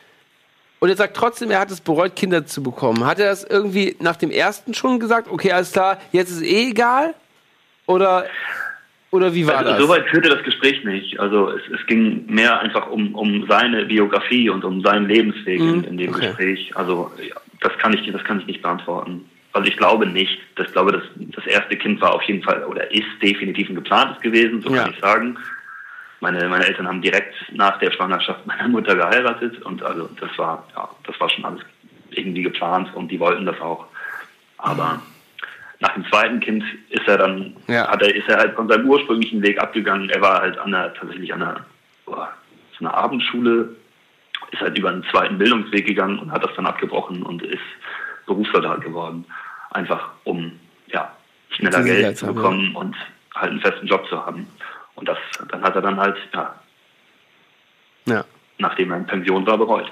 und er sagt trotzdem, er hat es bereut, Kinder zu bekommen. Hat er das irgendwie nach dem ersten schon gesagt? Okay, alles klar, jetzt ist eh egal? Oder, oder wie war also, das? Soweit führte das Gespräch nicht. Also es, es ging mehr einfach um, um seine Biografie und um seinen Lebensweg mhm. in, in dem okay. Gespräch. Also ja, das kann ich, das kann ich nicht beantworten. Also ich glaube nicht. Ich glaube, das, das erste Kind war auf jeden Fall oder ist definitiv ein geplantes gewesen, so kann Ja. ich sagen. Meine, meine Eltern haben direkt nach der Schwangerschaft meiner Mutter geheiratet und also das war, ja, das war schon alles irgendwie geplant und die wollten das auch. Aber nach dem zweiten Kind ist er dann, Ja. hat er, ist er halt von seinem ursprünglichen Weg abgegangen. Er war halt an der, tatsächlich an einer, boah, so einer Abendschule, ist halt über einen zweiten Bildungsweg gegangen und hat das dann abgebrochen und ist Berufssoldat geworden. Einfach um, ja, schneller Sicherheit Geld zu haben, bekommen und halt einen festen Job zu haben. Und das, dann hat er dann halt, ja, Ja. nachdem er in Pension war, bereut.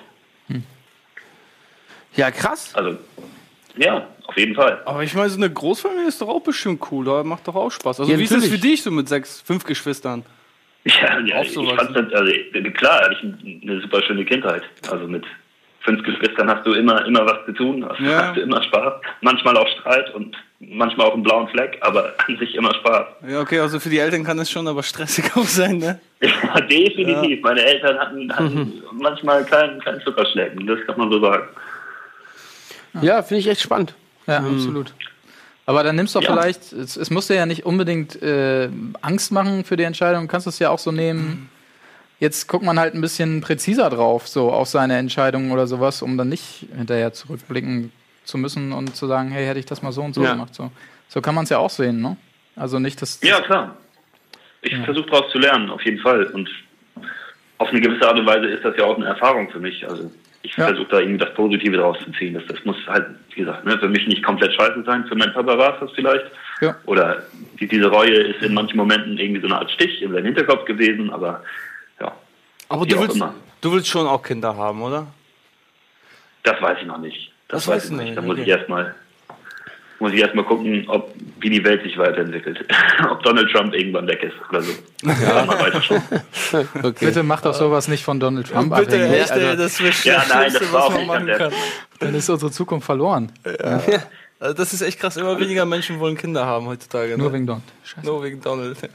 Ja, krass. Also, ja, auf jeden Fall. Aber ich meine, so eine Großfamilie ist doch auch bestimmt cool, da macht doch auch Spaß. Also Ja, wie ist das für natürlich. dich so mit sechs, fünf Geschwistern? Ja, ja Auch ich sowas, fand das, also, klar, hatte ich eine super schöne Kindheit. Also mit fünf Geschwistern hast du immer, immer was zu tun, hast, Ja. hast du immer Spaß. Manchmal auch Streit und manchmal auch einen blauen Fleck, aber an sich immer Spaß. Ja, okay, also für die Eltern kann es schon aber stressig auch sein, ne? Ja, definitiv. Meine Eltern hatten, hatten manchmal keinen kein Zuckerschlecken, das kann man so sagen. Ja, finde ich echt spannend. Ja, absolut. Aber dann nimmst du doch Ja. vielleicht, es, es muss dir ja nicht unbedingt äh, Angst machen für die Entscheidung, du kannst es ja auch so nehmen, jetzt guckt man halt ein bisschen präziser drauf, so auf seine Entscheidungen oder sowas, um dann nicht hinterher zurückblicken zu müssen und zu sagen, hey, hätte ich das mal so und so Ja. gemacht. So, so kann man es ja auch sehen, ne? Also nicht, dass... Ja, klar. Ich versuche daraus zu lernen, auf jeden Fall. Und auf eine gewisse Art und Weise ist das ja auch eine Erfahrung für mich. Also ich Ja. versuche da irgendwie das Positive daraus zu ziehen. Das, das muss halt, wie gesagt, ne, für mich nicht komplett scheiße sein. Für meinen Papa war es das vielleicht. Ja. Oder die, diese Reue ist in manchen Momenten irgendwie so eine Art Stich in seinen Hinterkopf gewesen. Aber ja, Aber Wie du auch willst, immer. du willst schon auch Kinder haben, oder? das weiß ich noch nicht. Das, Das weiß weißt ich du noch nicht. nicht, Da muss okay. ich erstmal muss ich erstmal gucken, ob wie die Welt sich weiterentwickelt. Ob Donald Trump irgendwann weg ist oder so. Ja, man weiß es schon. Okay. Bitte mach doch sowas nicht von Donald Trump Bitte, abhängig. echt, Also, ey, das wäre Ja, nein, das war auch was man nicht machen ganz kann. dann ist unsere Zukunft verloren. Also das ist echt krass, immer weniger Menschen wollen Kinder haben heutzutage. Nur Ne? wegen Donald. Scheiße. Nur wegen Donald. Ja.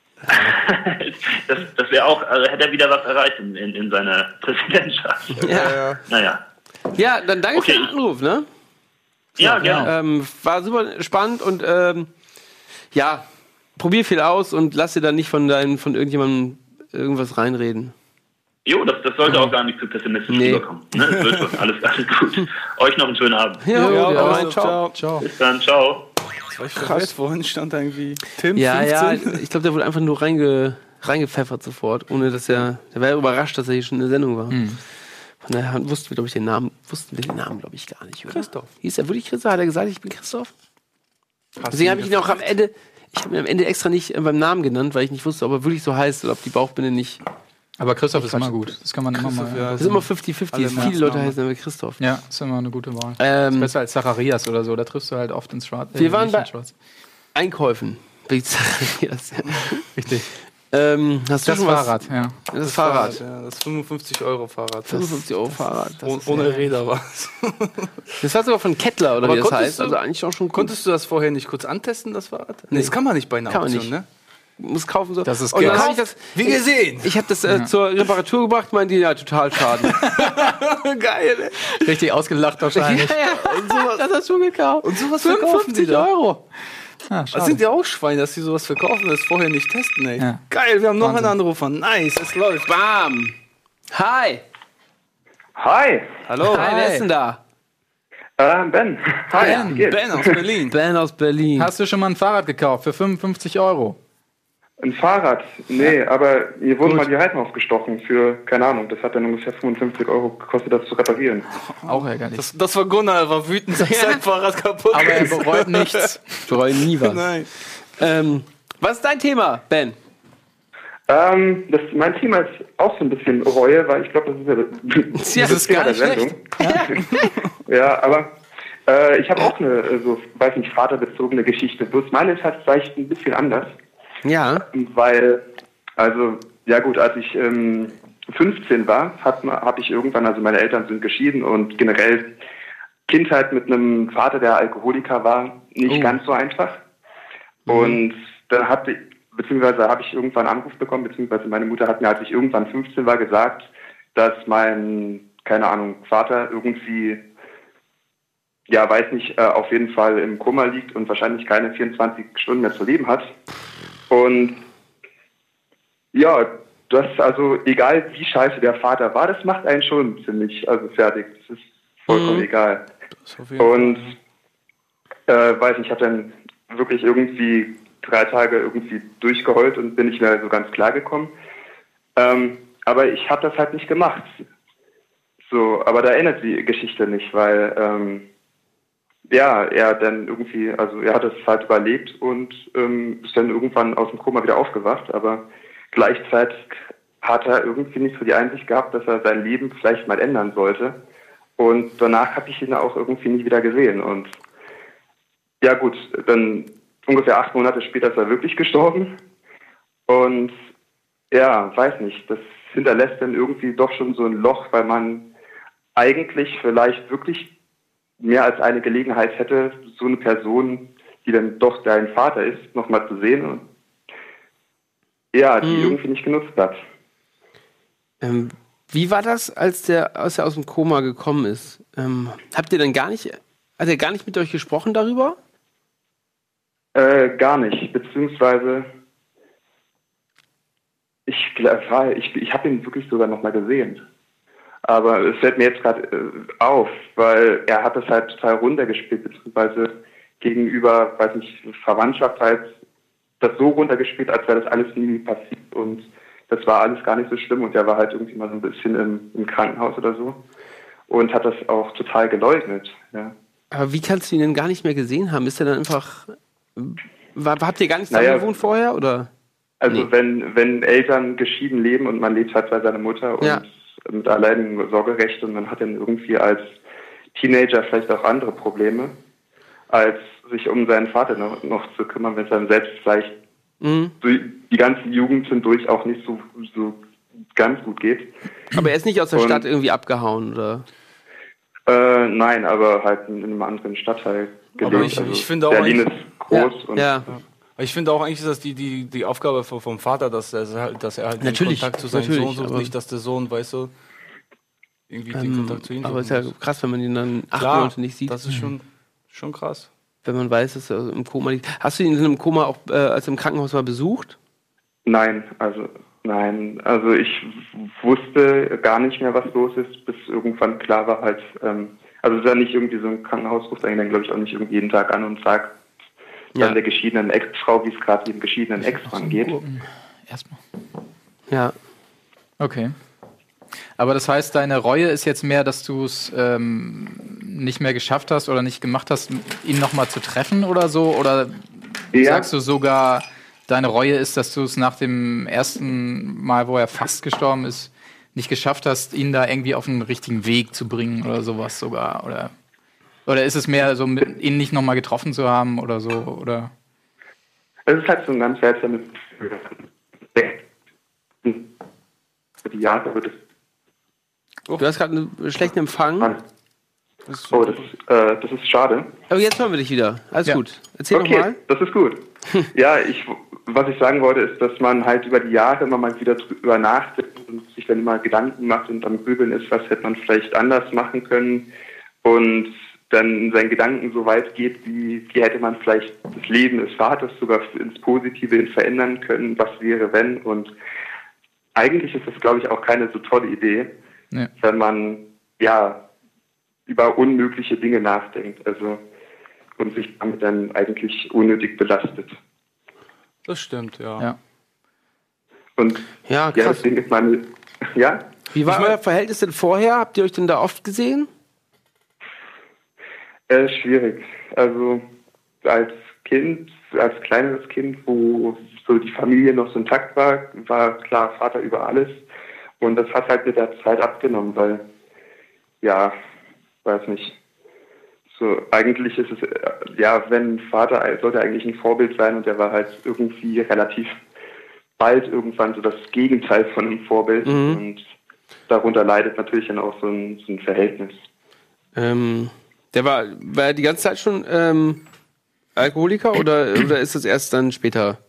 Das, das wäre auch, also hätte er wieder was erreicht in, in, in seiner Präsidentschaft. Ja. Naja. Ja, dann danke Okay. für den Anruf, ne? Ja, gerne. Ähm, war super spannend und ähm, ja, probier viel aus und lass dir dann nicht von deinem, von irgendjemandem irgendwas reinreden. Jo, das, das sollte auch gar nicht zu pessimistisch Nee. rüberkommen. Ne? Es wird schon. Alles, alles gut. Euch noch einen schönen Abend. Ja, Ja, ja, also, ciao. Ciao. Bis dann, ciao. Das war ich verwirrt. Vorhin stand da irgendwie Tim Ja, ja, fünfzehn. ich glaube, der wurde einfach nur reinge, reingepfeffert sofort, ohne dass er, der war ja überrascht, dass er hier schon in der Sendung war. Von daher wussten wir, glaube ich, den Namen, wussten wir den Namen, glaube ich, gar nicht, oder? Christoph. Hieß er wirklich Christoph? Hat er gesagt, ich bin Christoph? Hast Deswegen du habe ich ihn auch am Ende, ich habe ihn am Ende extra nicht äh, beim Namen genannt, weil ich nicht wusste, ob er wirklich so heißt oder ob die Bauchbinde nicht. Aber Christoph ist immer gut. Das kann man immer Christoph, mal. ja. Das ist immer fünfzig fünfzig. Alle Viele Nachnamen. Leute heißen aber Christoph. Ja, ist immer eine gute Wahl. Ähm, ist besser als Zacharias oder so. Da triffst du halt oft ins Schwarz. Wir waren nicht bei- ins Schwarz. Einkäufen. Wie Zacharias, ja. Richtig. ähm, hast du Das schon Fahrrad, ja. Was? Das, Fahrrad. Ja, das fünfundfünfzig Euro Fahrrad. Das, fünfundfünfzig Euro Fahrrad. Das, oh, ist ohne ja- Räder war es. das war sogar von Kettler oder Aber wie das konntest heißt. du- Also eigentlich auch schon gut. Konntest du das vorher nicht kurz antesten, das Fahrrad? Nee, das kann man nicht bei einer Kann man Auktion, nicht. ne? Muss kaufen so. Das ist und dann geil. habe ich das. Wie gesehen. Ich habe das äh, zur Reparatur gebracht, meinen die ja total schaden. Geil, ey. Richtig ausgelacht wahrscheinlich. ja, und sowas. Das hast du gekauft. Und sowas verkaufen die fünfundfünfzig da. Euro. Ah, Das schade. sind ja auch Schweine, dass die sowas verkaufen und das vorher nicht testen, ey. Ja. Geil, wir haben noch Wahnsinn. einen Anrufer. Nice, es läuft. Bam. Hi. Hi, Hallo. Hi, wer ist denn da? äh, Ben. Hi, Ben. wie geht's? Ben aus Berlin. Ben aus Berlin. Hast du schon mal ein Fahrrad gekauft für fünfundfünfzig Euro? Ein Fahrrad? Nee, aber mir wurden mal die Reifen aufgestochen für, keine Ahnung, das hat dann ungefähr fünfundfünfzig Euro gekostet, das zu reparieren. Auch ärgerlich. Das, das war Gunnar, er war wütend, dass sein Fahrrad kaputt Aber er ist. bereut nichts. Ich bereue nie was. Nein. ähm, was ist dein Thema, Ben? Ähm, das, mein Thema ist auch so ein bisschen Reue, weil ich glaube, das ist ja Ja, das, das ist gar Thema nicht Ja, aber äh, ich habe auch eine, äh, so, weiß nicht, vaterbezogene Geschichte. Bloß meine ist halt vielleicht ein bisschen anders. Ja. Weil, also, ja gut, als ich ähm, fünfzehn war, habe ich irgendwann, also meine Eltern sind geschieden und generell Kindheit mit einem Vater, der Alkoholiker war, nicht Oh. ganz so einfach. Und dann hatte ich, beziehungsweise habe ich irgendwann einen Anruf bekommen, beziehungsweise meine Mutter hat mir, als ich irgendwann fünfzehn war, gesagt, dass mein, keine Ahnung, Vater irgendwie ja, weiß nicht, äh, auf jeden Fall im Koma liegt und wahrscheinlich keine vierundzwanzig Stunden mehr zu leben hat. Und ja, das, also egal wie scheiße der Vater war, das macht einen schon ziemlich, also fertig. Das ist vollkommen Mhm. egal. Das ist auf jeden Und Fall, äh, weiß nicht, ich habe dann wirklich irgendwie drei Tage irgendwie durchgeheult und bin nicht mehr so ganz klar gekommen. Ähm, aber ich habe das halt nicht gemacht. So, aber da ändert die Geschichte nicht, weil ähm, ja, er dann irgendwie, also er hat es halt überlebt und ähm, ist dann irgendwann aus dem Koma wieder aufgewacht, aber gleichzeitig hat er irgendwie nicht so die Einsicht gehabt, dass er sein Leben vielleicht mal ändern sollte. Und danach habe ich ihn auch irgendwie nie wieder gesehen. Und ja gut, dann ungefähr acht Monate später ist er wirklich gestorben. Und ja, weiß nicht, das hinterlässt dann irgendwie doch schon so ein Loch, weil man eigentlich vielleicht wirklich mehr als eine Gelegenheit hätte, so eine Person, die dann doch dein Vater ist, nochmal zu sehen und ja, die Mhm. irgendwie nicht genutzt hat. Ähm, wie war das, als der, als er aus dem Koma gekommen ist? Ähm, habt ihr dann gar nicht, hat er gar nicht mit euch gesprochen darüber? Äh, gar nicht, beziehungsweise ich, gl- ich, ich habe ihn wirklich sogar nochmal gesehen. Aber es fällt mir jetzt gerade äh, auf, weil er hat das halt total runtergespielt, beziehungsweise gegenüber, weiß nicht, Verwandtschaft halt das so runtergespielt, als wäre das alles nie passiert und das war alles gar nicht so schlimm und er war halt irgendwie mal so ein bisschen im, im Krankenhaus oder so und hat das auch total geleugnet, ja. Aber wie kannst du ihn denn gar nicht mehr gesehen haben? Ist er dann einfach, war, habt ihr gar nicht zusammen Naja, gewohnt vorher, oder? Also Nee. wenn, wenn Eltern geschieden leben und man lebt halt bei seiner Mutter und Ja. mit alleinigen Sorgerecht und man hat dann irgendwie als Teenager vielleicht auch andere Probleme, als sich um seinen Vater noch, noch zu kümmern, wenn es dann selbst vielleicht Mhm. durch die ganze Jugend hindurch auch nicht so, so ganz gut geht. Aber er ist nicht aus der Und- Stadt irgendwie abgehauen, oder? Äh, nein, aber halt in einem anderen Stadtteil gelebt. Aber ich- also ich finde auch Berlin eigentlich- ist groß und Ja. Aber ich finde auch eigentlich, ist das die, die, die Aufgabe vom, vom Vater, dass er halt, dass er halt Natürlich, den Kontakt zu seinem natürlich, Sohn sucht, aber- nicht, dass der Sohn, weißt du, irgendwie den Ähm, Kontakt zu ihm aber ist suchen ja muss. krass, wenn man ihn dann acht Klar, Monate nicht sieht. das ist schon, schon krass. Wenn man weiß, dass er im Koma liegt. Hast du ihn in einem Koma auch, äh, als er im Krankenhaus war, besucht? nein, also nein, also ich wusste gar nicht mehr, was los ist, bis irgendwann klar war halt, ähm, also es ist ja nicht irgendwie so ein Krankenhaus, ruft einen dann glaube ich auch nicht irgendwie jeden Tag an und sagt Ja. dann der geschiedenen Ex-Frau, wie es gerade dem geschiedenen Ex-Mann geht. Erstmal. Ja. Okay. Aber das heißt, deine Reue ist jetzt mehr, dass du es ähm, nicht mehr geschafft hast oder nicht gemacht hast, ihn nochmal zu treffen oder so? Oder Ja. sagst du sogar, deine Reue ist, dass du es nach dem ersten Mal, wo er fast gestorben ist, nicht geschafft hast, ihn da irgendwie auf den richtigen Weg zu bringen oder sowas sogar? Oder, oder ist es mehr so, mit, ihn nicht nochmal getroffen zu haben oder so? Oder? Es ist halt so ein ganz seltsames die Jahre wird es Du hast gerade einen schlechten Empfang. an. Oh, das, äh, das ist schade. Aber jetzt hören wir dich wieder. Alles Ja. gut. Erzähl Okay, nochmal. das ist gut. Ja, ich, was ich sagen wollte, ist, dass man halt über die Jahre immer mal wieder drüber nachdenkt und sich dann immer Gedanken macht und am Grübeln ist, was hätte man vielleicht anders machen können und dann in seinen Gedanken so weit geht, wie, wie hätte man vielleicht das Leben des Vaters sogar ins Positive hin verändern können, was wäre, wenn. Und eigentlich ist das, glaube ich, auch keine so tolle Idee, Ja. wenn man ja über unmögliche Dinge nachdenkt, also und sich damit dann eigentlich unnötig belastet. Das stimmt, ja. Ja. Und Ja, ja, krass. deswegen ist meine, ja, Wie war Ich mein- euer Verhältnis denn vorher? Habt ihr euch denn da oft gesehen? äh, schwierig. Also als Kind, als kleineres Kind, wo so die Familie noch so intakt war, war klar Vater über alles. Und das hat halt mit der Zeit abgenommen, weil, ja, weiß nicht. So, eigentlich ist es, äh, ja, wenn Vater sollte eigentlich ein Vorbild sein und der war halt irgendwie relativ bald irgendwann so das Gegenteil von einem Vorbild. Mhm. Und darunter leidet natürlich dann auch so ein, so ein Verhältnis. Ähm, der war, war er die ganze Zeit schon ähm, Alkoholiker oder, oder ist das erst dann später?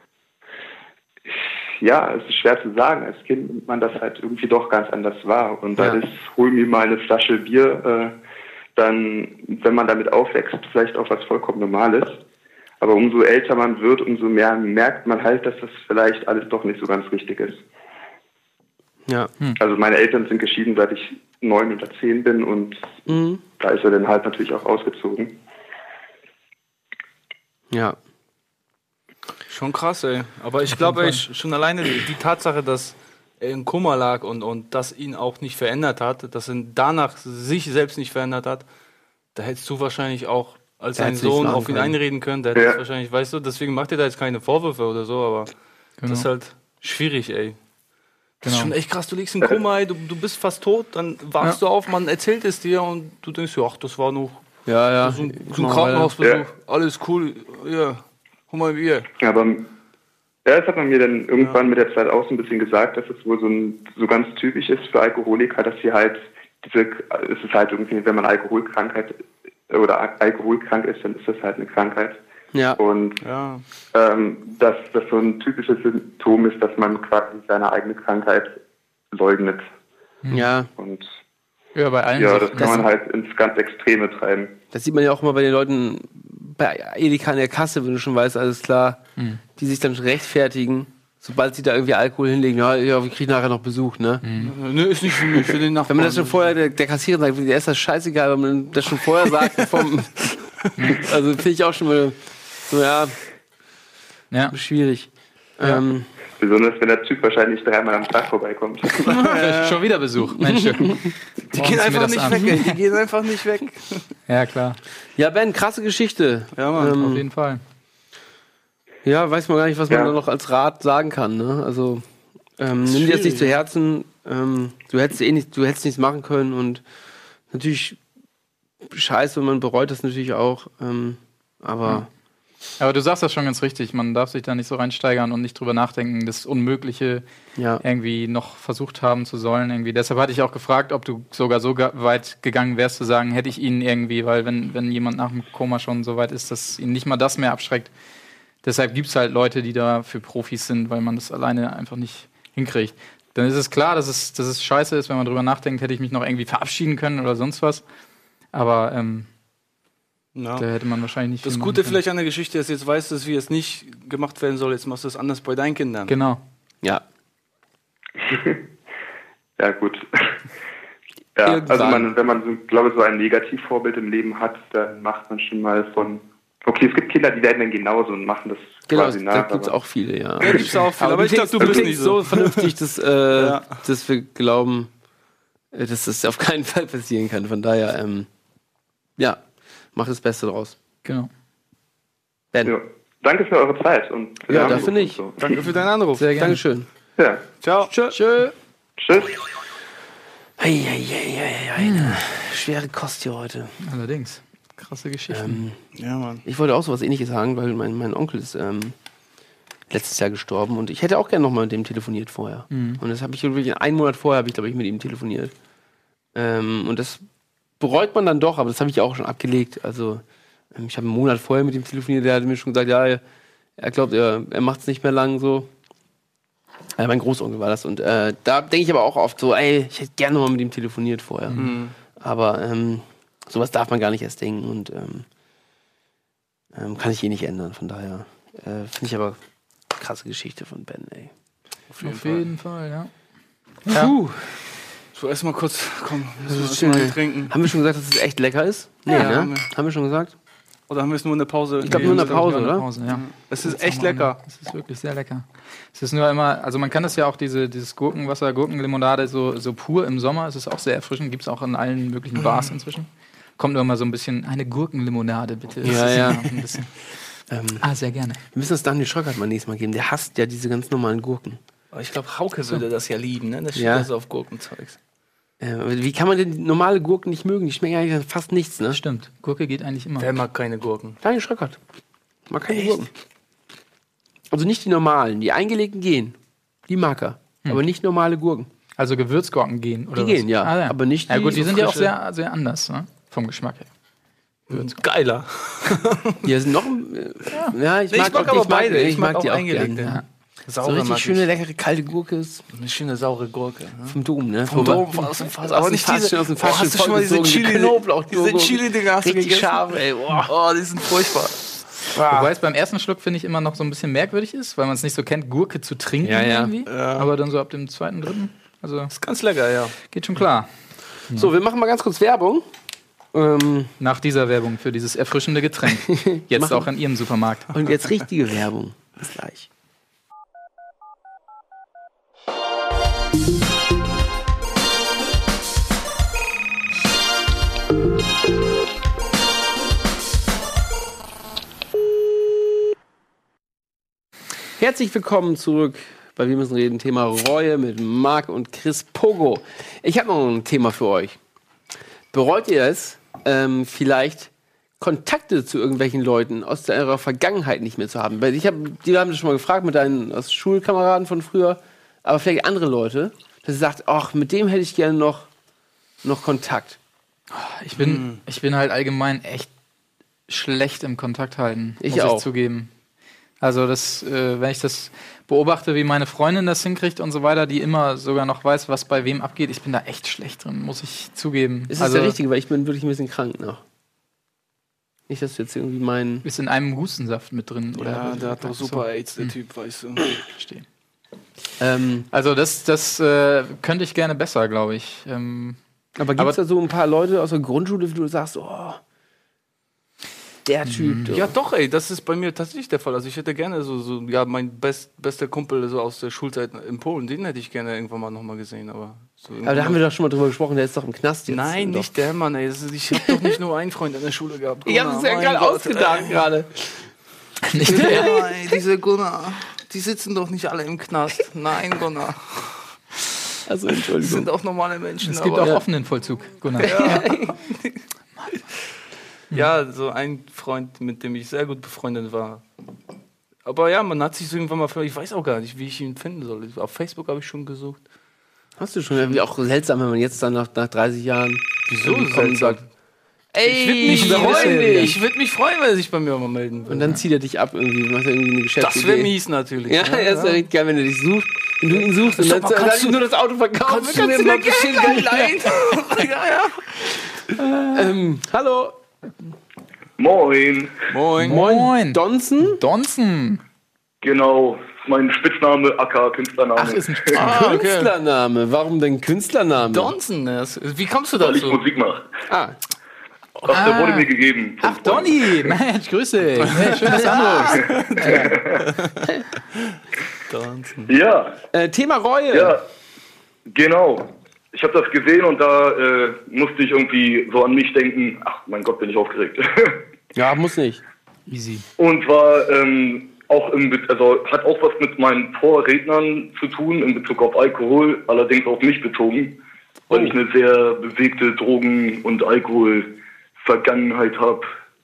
Ja, es ist schwer zu sagen. Als Kind nimmt man das halt irgendwie doch ganz anders wahr. Und da Ja. ist, hol mir mal eine Flasche Bier, äh, dann, wenn man damit aufwächst, vielleicht auch was vollkommen Normales. Aber umso älter man wird, umso mehr merkt man halt, dass das vielleicht alles doch nicht so ganz richtig ist. Ja. Hm. Also meine Eltern sind geschieden, seit ich neun oder zehn bin und Mhm. da ist er dann halt natürlich auch ausgezogen. Ja. Schon krass, ey. Aber ich glaube, ey, schon alleine die, die Tatsache, dass er in Koma lag und, und das ihn auch nicht verändert hat, dass er danach sich selbst nicht verändert hat, da hättest du wahrscheinlich auch als Da sein hättest du nichts Sohn machen auf ihn können. einreden können. Der hätte Ja. es wahrscheinlich, weißt du, deswegen macht er da jetzt keine Vorwürfe oder so, aber Genau. das ist halt schwierig, ey. Das ist Genau. schon echt krass. Du liegst in Koma, ey, du, du bist fast tot, dann wachst Ja. du auf, man erzählt es dir und du denkst, ja, ach, das war nur Ja, ja. so ein, Ich so ein mach Krankenhausbesuch. Ja. Alles cool, ja, hol mal Bier. Aber ja, das hat man mir dann irgendwann mit der Zeit auch so ein bisschen gesagt, dass es wohl so, ein, so ganz typisch ist für Alkoholiker, dass sie halt diese, es ist halt irgendwie, wenn man Alkoholkrankheit oder alkoholkrank ist, dann ist das halt eine Krankheit. Ja. Und Ja. ähm, dass das so ein typisches Symptom ist, dass man quasi seine eigene Krankheit leugnet. Ja. Und Ja, bei allen. ja, so- das kann man halt ins ganz Extreme treiben. Das sieht man ja auch immer bei den Leuten bei Edeka in der Kasse, wenn du schon weißt, alles klar, Mhm. die sich dann rechtfertigen, sobald sie da irgendwie Alkohol hinlegen. Ja, ja wir kriegen nachher noch Besuch, ne? Ne, ist nicht für mich, für den Nachbarn. Wenn man das schon vorher, der, der Kassierer sagt, der ist das scheißegal, wenn man das schon vorher sagt, vom, also finde ich auch schon mal so, ja, Ja. schwierig. Ähm, Besonders wenn der Typ wahrscheinlich dreimal am Tag vorbeikommt. Schon wieder Besuch. Mensch, Die gehen einfach nicht weg, ey. Die gehen einfach nicht weg. Ja, klar. ja, Ben, krasse Geschichte. Ja, Mann. Ähm, Auf jeden Fall. Ja, weiß man gar nicht, was man Ja. da noch als Rat sagen kann. Ne? Also ähm, nimm dir das nicht zu Herzen. Ähm, du hättest eh nicht, du hättest nichts machen können und natürlich scheiße und man bereut das natürlich auch. Ähm, aber Aber du sagst das schon ganz richtig. Man darf sich da nicht so reinsteigern und nicht drüber nachdenken, das Unmögliche ja, irgendwie noch versucht haben zu sollen. Irgendwie. Deshalb hatte ich auch gefragt, ob du sogar so ga- weit gegangen wärst zu sagen, hätte ich ihn irgendwie, weil wenn, wenn jemand nach dem Koma schon so weit ist, dass ihn nicht mal das mehr abschreckt. Deshalb gibt es halt Leute, die da für Profis sind, weil man das alleine einfach nicht hinkriegt. Dann ist es klar, dass es, dass es scheiße ist, wenn man drüber nachdenkt, hätte ich mich noch irgendwie verabschieden können oder sonst was. Aber ähm, Ja. da hätte man wahrscheinlich nicht Das viel Gute machen können. vielleicht an der Geschichte ist, jetzt weißt du, wie es nicht gemacht werden soll, jetzt machst du es anders bei deinen Kindern. Genau. ja. Ja, gut. Ja, Irgendwann. also man, wenn man, so, glaube ich, so ein Negativvorbild im Leben hat, dann macht man schon mal von... Okay, es gibt Kinder, die werden dann genauso und machen das Genau, quasi da nach. gibt es aber- auch viele, ja. Ja, gibt's auch viel, aber ich glaube, du klingst- bist klingst nicht so. vernünftig, dass, äh, Ja. dass wir glauben, äh, dass das auf keinen Fall passieren kann. Von daher, ähm, ja, mach das Beste draus. Genau. Ben, Ja. Danke für eure Zeit. Und für Ja, den dafür Anruf und nicht. So. Danke für deinen Anruf. Sehr gerne. Dankeschön. Ja, Ciao. Tschö. Tschö. tschüss. Eieieiei, eine schwere Kost hier heute. Allerdings. Krasse Geschichten. Ähm, Ja, Mann. ich wollte auch so was Ähnliches sagen, weil mein, mein Onkel ist ähm, letztes Jahr gestorben und ich hätte auch gerne nochmal mit dem telefoniert vorher. Mhm. Und das habe ich wirklich einen Monat vorher, habe ich glaube ich mit ihm telefoniert. Ähm, und das bereut man dann doch, aber das habe ich auch schon abgelegt. Also ähm, ich habe einen Monat vorher mit ihm telefoniert, der hat mir schon gesagt, ja, er, er glaubt, er, er macht es nicht mehr lang so. Äh, mein Großonkel war das und äh, da denke ich aber auch oft so, ey, ich hätte gerne nochmal mit ihm telefoniert vorher. Mhm. Aber ähm, sowas darf man gar nicht erst denken und ähm, ähm, kann ich eh nicht ändern. Von daher äh, finde ich aber krasse Geschichte von Ben, ey. Auf jeden Auf Fall. jeden Fall, ja. Ja. Puh. So, erstmal kurz, komm, Das müssen ist wir erst schön. mal trinken. Haben wir schon gesagt, dass es echt lecker ist? Nee, Ja, ne? haben wir. Haben wir schon gesagt? Oder haben wir es nur in der Pause? Ich glaub, Nee, nur in der das- Pause, Nur eine oder? Pause, ja. Es ist Jetzt echt haben wir lecker. eine- Es ist wirklich sehr lecker. Es ist nur immer, also man kann das ja auch, diese, dieses Gurkenwasser, Gurkenlimonade so, so pur im Sommer, es ist auch sehr erfrischend, gibt es auch in allen möglichen Bars inzwischen. Kommt immer so ein bisschen, eine Gurkenlimonade bitte. Das Ja, ist ja. immer Ein bisschen. Ähm, Ah, sehr gerne. wir müssen das Daniel Schröckert mal nächstes Mal geben. Der hasst ja diese ganz normalen Gurken. Aber ich glaube, Hauke würde das ja lieben, ne? Das steht Ja. ja so auf Gurkenzeugs. Äh, wie kann man denn normale Gurken nicht mögen? Die schmecken eigentlich fast nichts, ne? Das stimmt. Gurke geht eigentlich immer. Wer mag keine Gurken? Daniel Schröckert. Mag keine Gurken. Also nicht die normalen, die eingelegten gehen. Die mag er. Aber nicht normale Gurken. Also Gewürzgurken gehen, oder Die was? gehen, ja. Ah, ja. Aber nicht Ja die gut, die so sind ja auch frische- sehr, sehr anders, ne? Vom Geschmack her. Geiler. Die sind noch. Äh, ja. ich Nee, mag, ich mag auch, aber beide. Ich, Ich mag, mag die auch auch eingelegte. gerne. Ja. Saure So mag richtig ich. schöne, leckere, kalte Gurke ist Eine schöne saure Gurke. Ne? vom Dom, ne? Vom Dom, aus dem Fass. Aber nicht diese, aus dem oh, Fass hast du schon mal diese vollgezogen, Chili, Knoblauch, diese Chili-Dinger hast du richtig gegessen? scharf, ey. Boah. Oh, die sind furchtbar. Wobei es beim ersten Schluck, finde ich, immer noch so ein bisschen merkwürdig ist, weil man es nicht so kennt, Gurke zu trinken Ja, ja. irgendwie. Aber dann so ab dem zweiten, dritten, also Ist ganz lecker, ja. geht schon klar. So, wir machen mal ganz kurz Werbung. Ähm, Nach dieser Werbung für dieses erfrischende Getränk. Jetzt Machen- auch in Ihrem Supermarkt. und jetzt richtige Werbung. Bis gleich. Herzlich willkommen zurück bei Wir müssen reden. Thema Reue mit Marc und Chris Pogo. Ich habe noch ein Thema für euch. Bereut ihr es, ähm, vielleicht Kontakte zu irgendwelchen Leuten aus eurer Vergangenheit nicht mehr zu haben? Weil ich hab, die haben das schon mal gefragt mit deinen aus Schulkameraden von früher, aber vielleicht andere Leute, dass ihr sagt, ach, mit dem hätte ich gerne noch, noch Kontakt. Ich bin, ich bin halt allgemein echt schlecht im Kontakt halten, Ich muss auch. ich zugeben. Also das, äh, wenn ich das beobachte, wie meine Freundin das hinkriegt und so weiter, die immer sogar noch weiß, was bei wem abgeht, ich bin da echt schlecht drin, muss ich zugeben. Ist das also der Richtige? Weil ich bin wirklich ein bisschen krank noch. Nicht, dass du jetzt irgendwie meinen... ist in einem Hustensaft mit drin. Oder Ja, der hat doch so. super AIDS, der Typ, weißt du. Verstehe. Ähm, Also das, das äh, könnte ich gerne besser, glaube ich. Ähm, aber gibt es da so ein paar Leute aus der Grundschule, wo du sagst, oh, der Typ. du. Ja, doch, ey, das ist bei mir tatsächlich der Fall. Also ich hätte gerne so, so ja, mein best, bester Kumpel so aus der Schulzeit in Polen, den hätte ich gerne irgendwann mal nochmal gesehen. Aber, so Aber da haben wir doch schon mal drüber gesprochen, der ist doch im Knast jetzt. Nein, Doch. nicht der Mann, ey. Das ist, ich habe doch nicht nur einen Freund in der Schule gehabt. Ich habe es ja Mein gerade Gott, ausgedacht ey. gerade. nicht der. Ja, ey, diese Gunnar, die sitzen doch nicht alle im Knast. Nein, Gunnar. Also Die Entschuldigung. sind auch normale Menschen. Es gibt aber auch offenen Vollzug, Gunnar. Ja, so ein Freund, mit dem ich sehr gut befreundet war. Aber ja, man hat sich so irgendwann mal, ich weiß auch gar nicht, wie ich ihn finden soll. Auf Facebook habe ich schon gesucht. Hast du schon irgendwie auch seltsam, wenn man jetzt dann nach, nach dreißig Jahren Wieso irgendwie kommt und seltsam? sagt, ey, Ich würde mich, wir wollen freuen, dich. ich würd mich freuen, wenn er sich bei mir mal melden würde. Und dann zieht er dich ab irgendwie, macht er irgendwie eine Geschäftsidee. das wäre mies natürlich. Ja, ne? das wäre richtig geil, wenn er dich sucht. Wenn du ihn suchst und Sag dann mal, dann kannst ihm du- nur das Auto verkaufen. Kannst du mir mal ein bisschen Geld leihen? ja, ja. ähm, hallo. Moin. Moin. Moin. Donson? Donson. Genau, mein Spitzname, aka Künstlername. Ach, ist ein Ah, okay. Künstlername. Warum denn Künstlername? Donson, das- wie kommst du weil ich dazu? Musik mache. Ah, Das Ah. wurde mir gegeben. Ach, Donny. Mensch, grüß dich. Mensch, schön, dass du anrufst. Donson. Ja, äh, Thema Reue. ja, genau. Ich habe das gesehen und da äh, musste ich irgendwie so an mich denken. Ach, mein Gott, bin ich aufgeregt. Ja, muss nicht. Easy. Und war ähm, auch im, Be- also hat auch was mit meinen Vorrednern zu tun in Bezug auf Alkohol, allerdings auf mich bezogen, weil Oh. ich eine sehr bewegte Drogen- und Alkohol-Vergangenheit habe.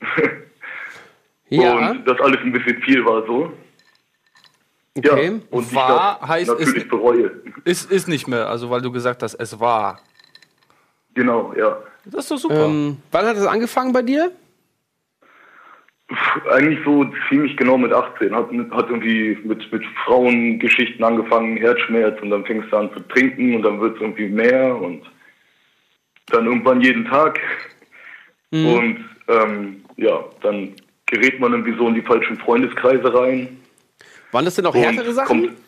Ja, Und das alles ein bisschen viel war so. okay. Ja, und War ich das heißt, natürlich ist- bereue. Ist, ist nicht mehr, also weil du gesagt hast, es war. Genau, ja. Das ist doch super. Ähm, wann hat das angefangen bei dir? Pff, Eigentlich so ziemlich genau mit achtzehn. Hat, mit- hat irgendwie mit, mit Frauengeschichten angefangen, Herzschmerz, und dann fing es an zu trinken und dann wird es irgendwie mehr und dann irgendwann jeden Tag. Und ähm, ja, dann gerät man irgendwie so in die falschen Freundeskreise rein. Waren das denn auch Und härtere Sachen? kommt-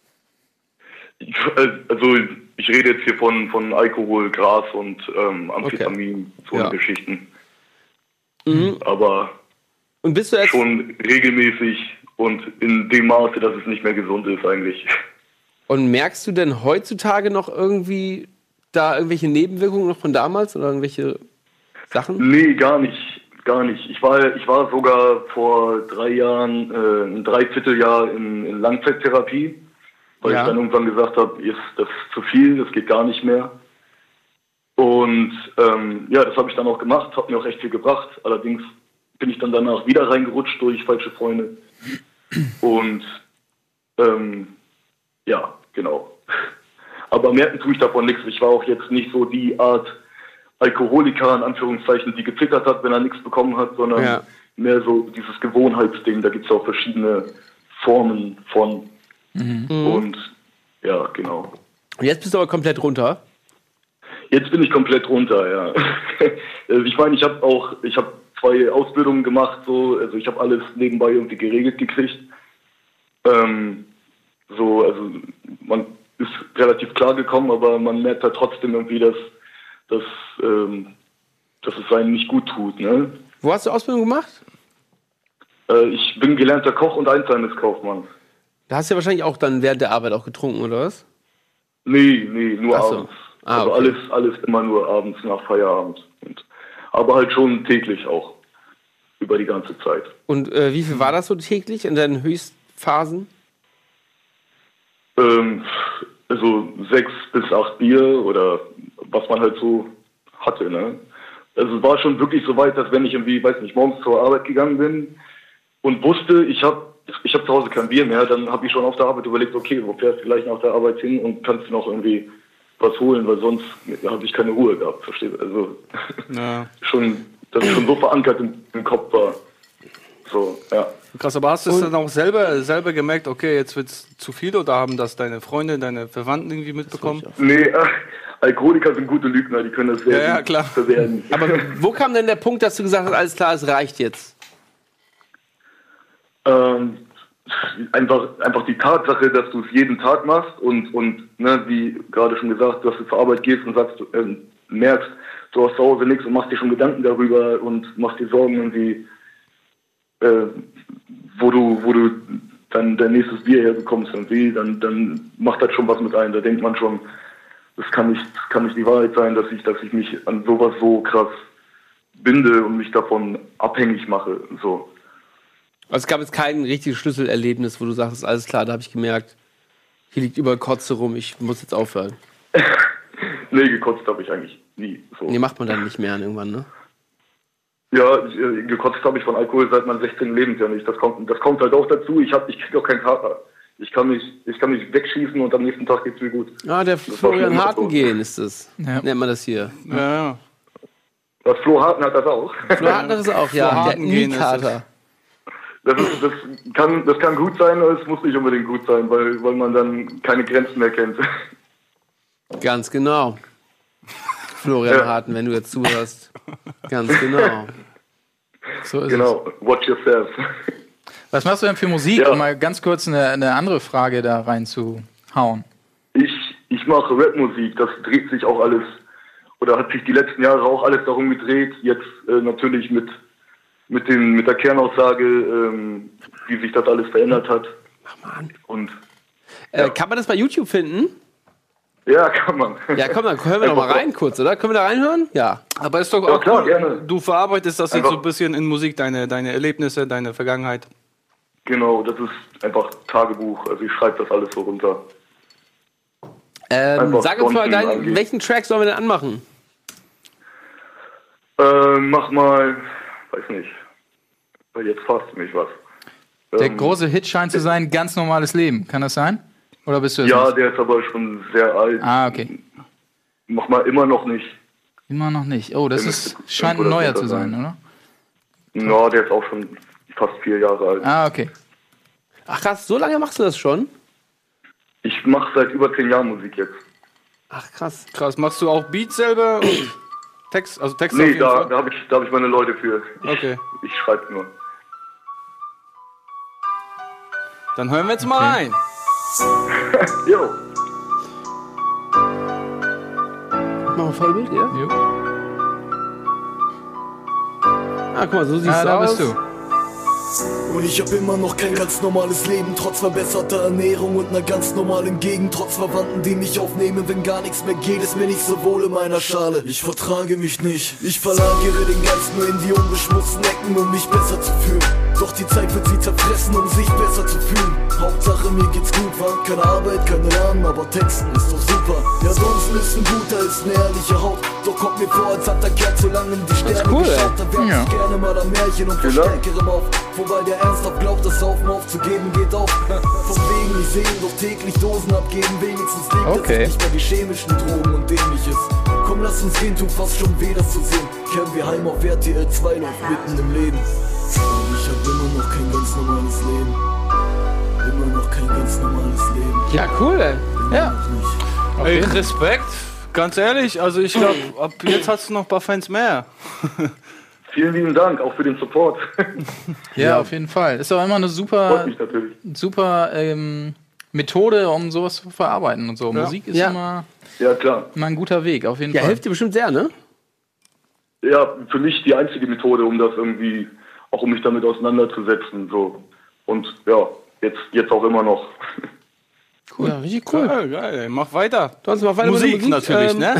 Also ich rede jetzt hier von, von Alkohol, Gras und ähm, Amphetamin, so Ja. Geschichten. Mhm. Aber Und bist du jetzt... schon regelmäßig und in dem Maße, dass es nicht mehr gesund ist eigentlich. Und merkst du denn heutzutage noch irgendwie da irgendwelche Nebenwirkungen noch von damals oder irgendwelche Sachen? Nee, gar nicht. Gar nicht. Ich war, ich war sogar vor drei Jahren, äh, ein Dreivierteljahr in, in Langzeittherapie, weil Ja. ich dann irgendwann gesagt habe, ist das ist zu viel, das geht gar nicht mehr. Und ähm, ja, das habe ich dann auch gemacht, hat mir auch echt viel gebracht. Allerdings bin ich dann danach wieder reingerutscht durch falsche Freunde. Und ähm, ja, genau. Aber merken tue ich davon nichts. Ich war auch jetzt nicht so die Art Alkoholiker, in Anführungszeichen, die gezittert hat, wenn er nichts bekommen hat, sondern Ja. mehr so dieses Gewohnheitsding. Da gibt es auch verschiedene Formen von. Mhm. Und ja, genau. Und jetzt bist du aber komplett runter? Jetzt bin ich komplett runter, ja. Also ich meine, ich habe auch, ich habe zwei Ausbildungen gemacht, so, also ich habe alles nebenbei irgendwie geregelt gekriegt. Ähm, so, also man ist relativ klar gekommen, aber man merkt halt trotzdem irgendwie, dass, dass, ähm, dass es einem nicht gut tut, ne? Wo hast du Ausbildung gemacht? Äh, ich bin gelernter Koch und Einzelhandelskaufmann. Da hast du ja wahrscheinlich auch dann während der Arbeit auch getrunken, oder was? Nee, nee, nur Ach so. abends. Ah, also okay. alles, alles immer nur abends nach Feierabend. Und, aber halt schon täglich auch. Über die ganze Zeit. Und äh, wie viel war das so täglich in deinen Höchstphasen? Ähm, also sechs bis acht Bier oder was man halt so hatte, ne? Also es war schon wirklich so weit, dass wenn ich irgendwie, weiß nicht, morgens zur Arbeit gegangen bin und wusste, ich habe ich hab zu Hause kein Bier mehr, dann habe ich schon auf der Arbeit überlegt, okay, wo fährst du gleich nach der Arbeit hin und kannst du noch irgendwie was holen, weil sonst habe ich keine Ruhe gehabt, verstehst du? Also Ja. schon, dass es schon so verankert im, im Kopf war. So, ja. Krass, aber hast du es dann auch selber, selber gemerkt, okay, jetzt wird es zu viel oder haben das deine Freunde, deine Verwandten irgendwie mitbekommen? Nee, äh, Alkoholiker sind gute Lügner, die können das sehr Ja, ja, gut klar. verwehren. Aber wo kam denn der Punkt, dass du gesagt hast, alles klar, es reicht jetzt? Ähm, einfach, einfach die Tatsache, dass du es jeden Tag machst und, und ne, wie gerade schon gesagt, dass du zur Arbeit gehst und sagst, äh, merkst, du hast zu Hause nichts und machst dir schon Gedanken darüber und machst dir Sorgen irgendwie, äh, wo du, wo du dann dein nächstes Bier herbekommst irgendwie, dann, dann macht das schon was mit ein. Da denkt man schon, das kann nicht, das kann nicht die Wahrheit sein, dass ich, dass ich mich an sowas so krass binde und mich davon abhängig mache. So. Also es gab jetzt kein richtiges Schlüsselerlebnis, wo du sagst, alles klar, da habe ich gemerkt, hier liegt überall Kotze rum, ich muss jetzt aufhören. Nee, gekotzt habe ich eigentlich nie. So. Nee, macht man dann nicht mehr irgendwann, ne? Ja, ich, äh, gekotzt habe ich von Alkohol seit meinem sechzehnten Lebensjahr nicht. Das kommt, das kommt halt auch dazu. Ich hab, ich kriege auch keinen Kater. Ich kann mich, ich kann mich wegschießen und am nächsten Tag geht's mir gut. Ah, der war Florian schon Hartengehen ist das. Ja. Nennt man das hier. Ja, ja. Das Flo Harten hat das auch. Flo Hartner ist auch, ja. Der Hartengehen ist Nie-Kater. Das, ist, das, kann, das kann gut sein, aber es muss nicht unbedingt gut sein, weil, weil man dann keine Grenzen mehr kennt. Ganz genau. Florian Ja. Harten, wenn du jetzt zuhörst. Ganz genau. So ist es. Genau, watch yourself. Was machst du denn für Musik? Ja. Um mal ganz kurz eine, eine andere Frage da reinzuhauen. Ich, ich mache Rapmusik, das dreht sich auch alles, oder hat sich die letzten Jahre auch alles darum gedreht. Jetzt äh, natürlich mit, mit, den, mit der Kernaussage, ähm, wie sich das alles verändert hat. Mach mal an. Und Äh, kann man das bei YouTube finden? ja, kann man. Ja, komm, dann hören wir doch mal rein kurz, oder? Können wir da reinhören? Ja. Aber ist doch Ja, auch klar, cool. gerne. Du verarbeitest das jetzt Einfach- so ein bisschen in Musik, deine, deine Erlebnisse, deine Vergangenheit. Genau, das ist einfach Tagebuch. Also ich schreibe das alles so runter. Ähm, Einfach sag uns mal, Fronten dein, angehen. welchen Track sollen wir denn anmachen? Äh, mach mal, weiß nicht. Weil jetzt fasst mich was. Der Ähm, große Hit scheint zu sein, ganz normales Leben. Kann das sein? Oder bist du es Ja, nicht? der ist aber schon sehr alt. Ah, okay. Mach mal immer noch nicht. Immer noch nicht. Oh, das Der ist, müsste scheint ein irgendwo neuer zu darunter sein, sein. oder? Ja, der ist auch schon fast vier Jahre alt. Ah, okay. Ach krass, so lange machst du das schon? Ich mache seit über zehn Jahren Musik jetzt. Ach krass. Krass, machst du auch Beats selber und Text, also Text auf Nee, jeden da, Fall? da habe ich, da hab ich meine Leute für. Ich, Okay. ich schreibe nur. Dann hören wir jetzt mal rein. Jo. Mach mal Vollbild, ja? Jo. Ah, guck mal, so siehst Ah, du da aus. bist du. Und ich hab immer noch kein ganz normales Leben, trotz verbesserter Ernährung und einer ganz normalen Gegend, trotz Verwandten, die mich aufnehmen, wenn gar nichts mehr geht, ist mir nicht so wohl in meiner Schale. Ich vertrage mich nicht, ich verlagere den Geist nur in die unbeschmutzten Ecken, um mich besser zu fühlen. Doch die Zeit wird sie zerfressen, um sich besser zu fühlen. Hauptsache mir geht's gut, war keine Arbeit, keine Lernen, aber Texten ist doch super. Ja, sonst ist ein guter, ist eine ehrliche Haut. Doch kommt mir vor, als hat der Kerl zu lange in die Sterne cool, geschaut. Da werf Ja. ich gerne mal ein Märchen und verstärkerem auf. Wobei der ernsthaft glaubt, das Saufen aufzugeben geht auf. Vom Wegen nicht sehen, doch täglich Dosen abgeben. Wenigstens liegt Okay. jetzt nicht bei die chemischen Drogen und dämliches. Komm, lass uns gehen, tut fast schon weh, das zu sehen. Kehren wir heim auf R T L zwei, läuft mitten im Leben. Und ich hab immer noch kein ganz normales Leben. immer noch kein ganz normales Leben. Ja, cool, ey. Ja. Ey, Respekt, ganz ehrlich. Also ich glaube, ab jetzt hast du noch ein paar Fans mehr. Vielen lieben Dank, auch für den Support. Ja, ja, auf jeden Fall. Ist doch immer eine super, Freut mich natürlich. super ähm, Methode, um sowas zu verarbeiten und so. Ja. Musik ist Ja. immer, Ja, klar. immer ein guter Weg, auf jeden Ja, Fall. hilft dir bestimmt sehr, ne? Ja, für mich die einzige Methode, um das irgendwie, auch um mich damit auseinanderzusetzen. So. Und ja, jetzt, jetzt auch immer noch. Cool. Ja, richtig cool. Geil, geil, ey. Mach weiter. Sonst mach weiter Musik, mit der Musik natürlich, ähm, ne?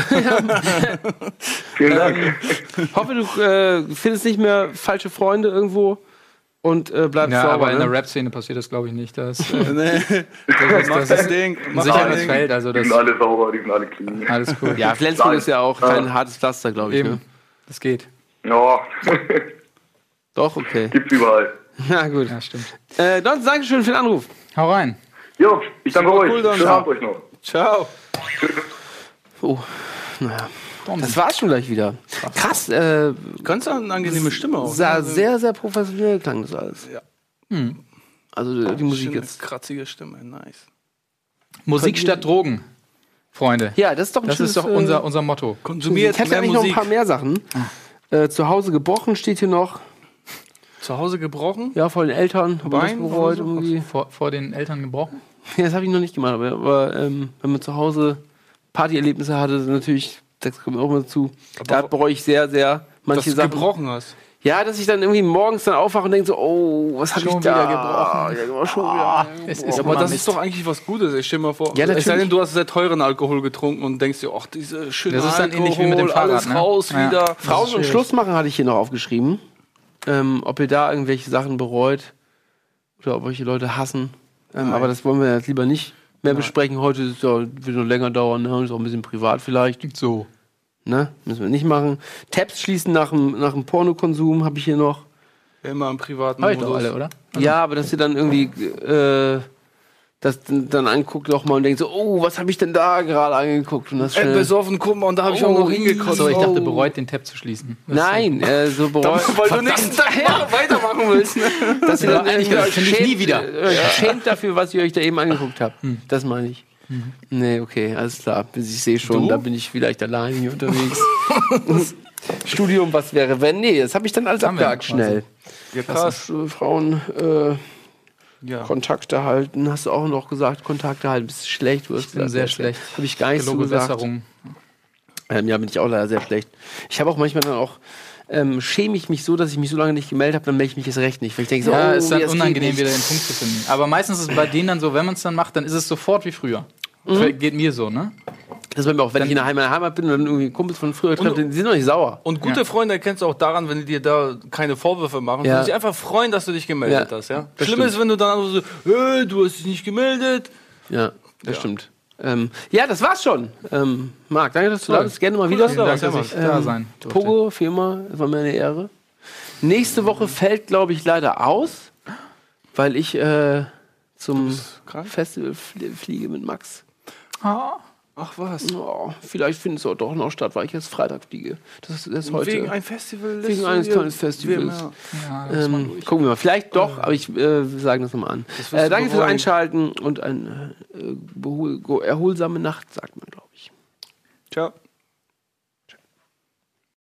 Vielen Dank. Hoffe, du äh, findest nicht mehr falsche Freunde irgendwo und äh, bleibst Ja, sauber. aber in ne? der Rap-Szene passiert das, glaube ich, nicht. Das, äh, Nee, das, mach ist, das das ist Ding. ein Mach sicheres das Ding. Feld, also Die das sind alle sauber, die sind alle clean. alles cool. Ja, Flensburg Nein. ist ja auch kein hartes Pflaster, glaube ich. Eben, Ne? das geht. Ja, Doch, okay. gibt's überall. Na gut. Ja, stimmt. Äh, Don, Dankeschön für den Anruf. Hau rein. Jo, ich danke Super euch. cool, dann. Schönen Abend euch noch. Ciao. Oh, naja. Das war's schon gleich wieder. Krass, äh, Ganz eine angenehme Stimme auch. sah ne? sehr, sehr professionell klang das alles. Ja. Hm. Also die Musik Schöne, jetzt. kratzige Stimme, nice. Musik statt Drogen, Freunde. Ja, das ist doch ein Das schönes, ist doch äh, unser, unser Motto. Konsumiert Ich hätte mehr eigentlich noch ein Musik. paar mehr Sachen. Äh, zu Hause gebrochen steht hier noch. Zu Hause gebrochen? Ja, vor den Eltern. Hab ich das Bein bereut oder so? irgendwie. Vor, vor den Eltern gebrochen? Ja, das habe ich noch nicht gemacht. Aber, aber ähm, wenn man zu Hause Partyerlebnisse hatte, natürlich, das kommt auch mal zu. Da bereue ich sehr, sehr manche Dass du Sachen. gebrochen hast. Ja, dass ich dann irgendwie morgens dann aufwache und denke so, oh, was habe ich Schon da wieder gebrochen. Ja, genau, schon wieder. Es Ja, ist aber immer das Mist. ist doch eigentlich was Gutes. Ich stell mal vor, Ja, es sei natürlich. denn, du hast sehr teuren Alkohol getrunken und denkst dir, ach, diese schöne Das ist dann Alkohol, ähnlich wie mit dem Fahrrad, alles ne? raus Ja. wieder. Frauen und schwierig. Schluss machen hatte ich hier noch aufgeschrieben. Ähm, ob ihr da irgendwelche Sachen bereut oder ob euch die Leute hassen. Ähm, aber das wollen wir jetzt lieber nicht mehr besprechen. Heute ist ja, wird noch länger dauern, ne? Ist auch ein bisschen privat vielleicht. So. Ne? Müssen wir nicht machen. Tabs schließen nach dem, nach dem Pornokonsum habe ich hier noch. Immer im privaten Hab ich doch Modus. alle, oder? Ja, aber dass ihr dann irgendwie äh, das dann dann anguckt auch mal und denkt so, oh, was habe ich denn da gerade angeguckt? Und das Ey, schnell- besoffen, guck mal, und da habe ich Oh, auch noch hingekotzt. So, ich dachte, Oh. bereut, den Tab zu schließen. Das Nein, äh, so bereut. Weil du nächsten Tag mal weitermachen willst. Ne? Dass ihr Ja, dann eigentlich irgendwie das finde ich schämt, nie wieder. äh, schämt dafür, was ihr euch da eben angeguckt habt. Das meine ich. Nee, okay, alles klar. Ich sehe schon, Du? da bin ich vielleicht alleine hier unterwegs. Studium, was wäre, wenn? Nee, das habe ich dann alles haben wir abgehakt quasi. schnell. Ja, krass. Äh, Frauen äh, Ja. Kontakte halten, hast du auch noch gesagt, Kontakte halten, bist schlecht. Du hast Ich bin sehr schlecht. Habe ich gar nicht so Gelobe gesagt. Besserung. Ähm, ja, bin ich auch leider sehr schlecht. Ich habe auch manchmal dann auch, ähm, schäme ich mich so, dass ich mich so lange nicht gemeldet habe, dann melde ich mich jetzt recht nicht. Weil ich denke so, Ja, oh, ist dann das geht unangenehm, nicht. wieder den Punkt zu finden. Aber meistens ist es bei denen dann so, wenn man es dann macht, dann ist es sofort wie früher. Mhm. Geht mir so, ne? Das ist bei mir auch, wenn ich in der Heimat, in der Heimat bin und dann irgendwie Kumpels von früher treffe, die sind noch nicht sauer. Und gute Ja. Freunde erkennst du auch daran, wenn die dir da keine Vorwürfe machen, Ja. sondern sich einfach freuen, dass du dich gemeldet Ja, hast. Ja? das Schlimm stimmt. ist, wenn du dann so, hey, du hast dich nicht gemeldet. Ja, das Ja. stimmt. Ähm, ja, das war's schon. Ähm, Marc, danke, dass du da Toll. bist. Gerne mal Cool, wieder. dass du da Danke, dass ich Ähm, da sein durfte. Pogo, für immer, es war mir eine Ehre. Nächste Woche fällt, glaube ich, leider aus, weil ich äh, zum krank? Festival flie- fliege mit Max. Ach was. Oh, vielleicht findet es auch doch noch statt, weil ich jetzt Freitag fliege. Das ist das heute. Wegen ein Festival. Wegen eines kleinen Festivals. Ja. Ja, Ähm, gucken wir mal. Vielleicht doch, aber ich äh, sage das nochmal an. wirst Äh, du danke fürs bereuen. Einschalten und eine äh, behol- erholsame Nacht, sagt man, glaube ich. Ciao.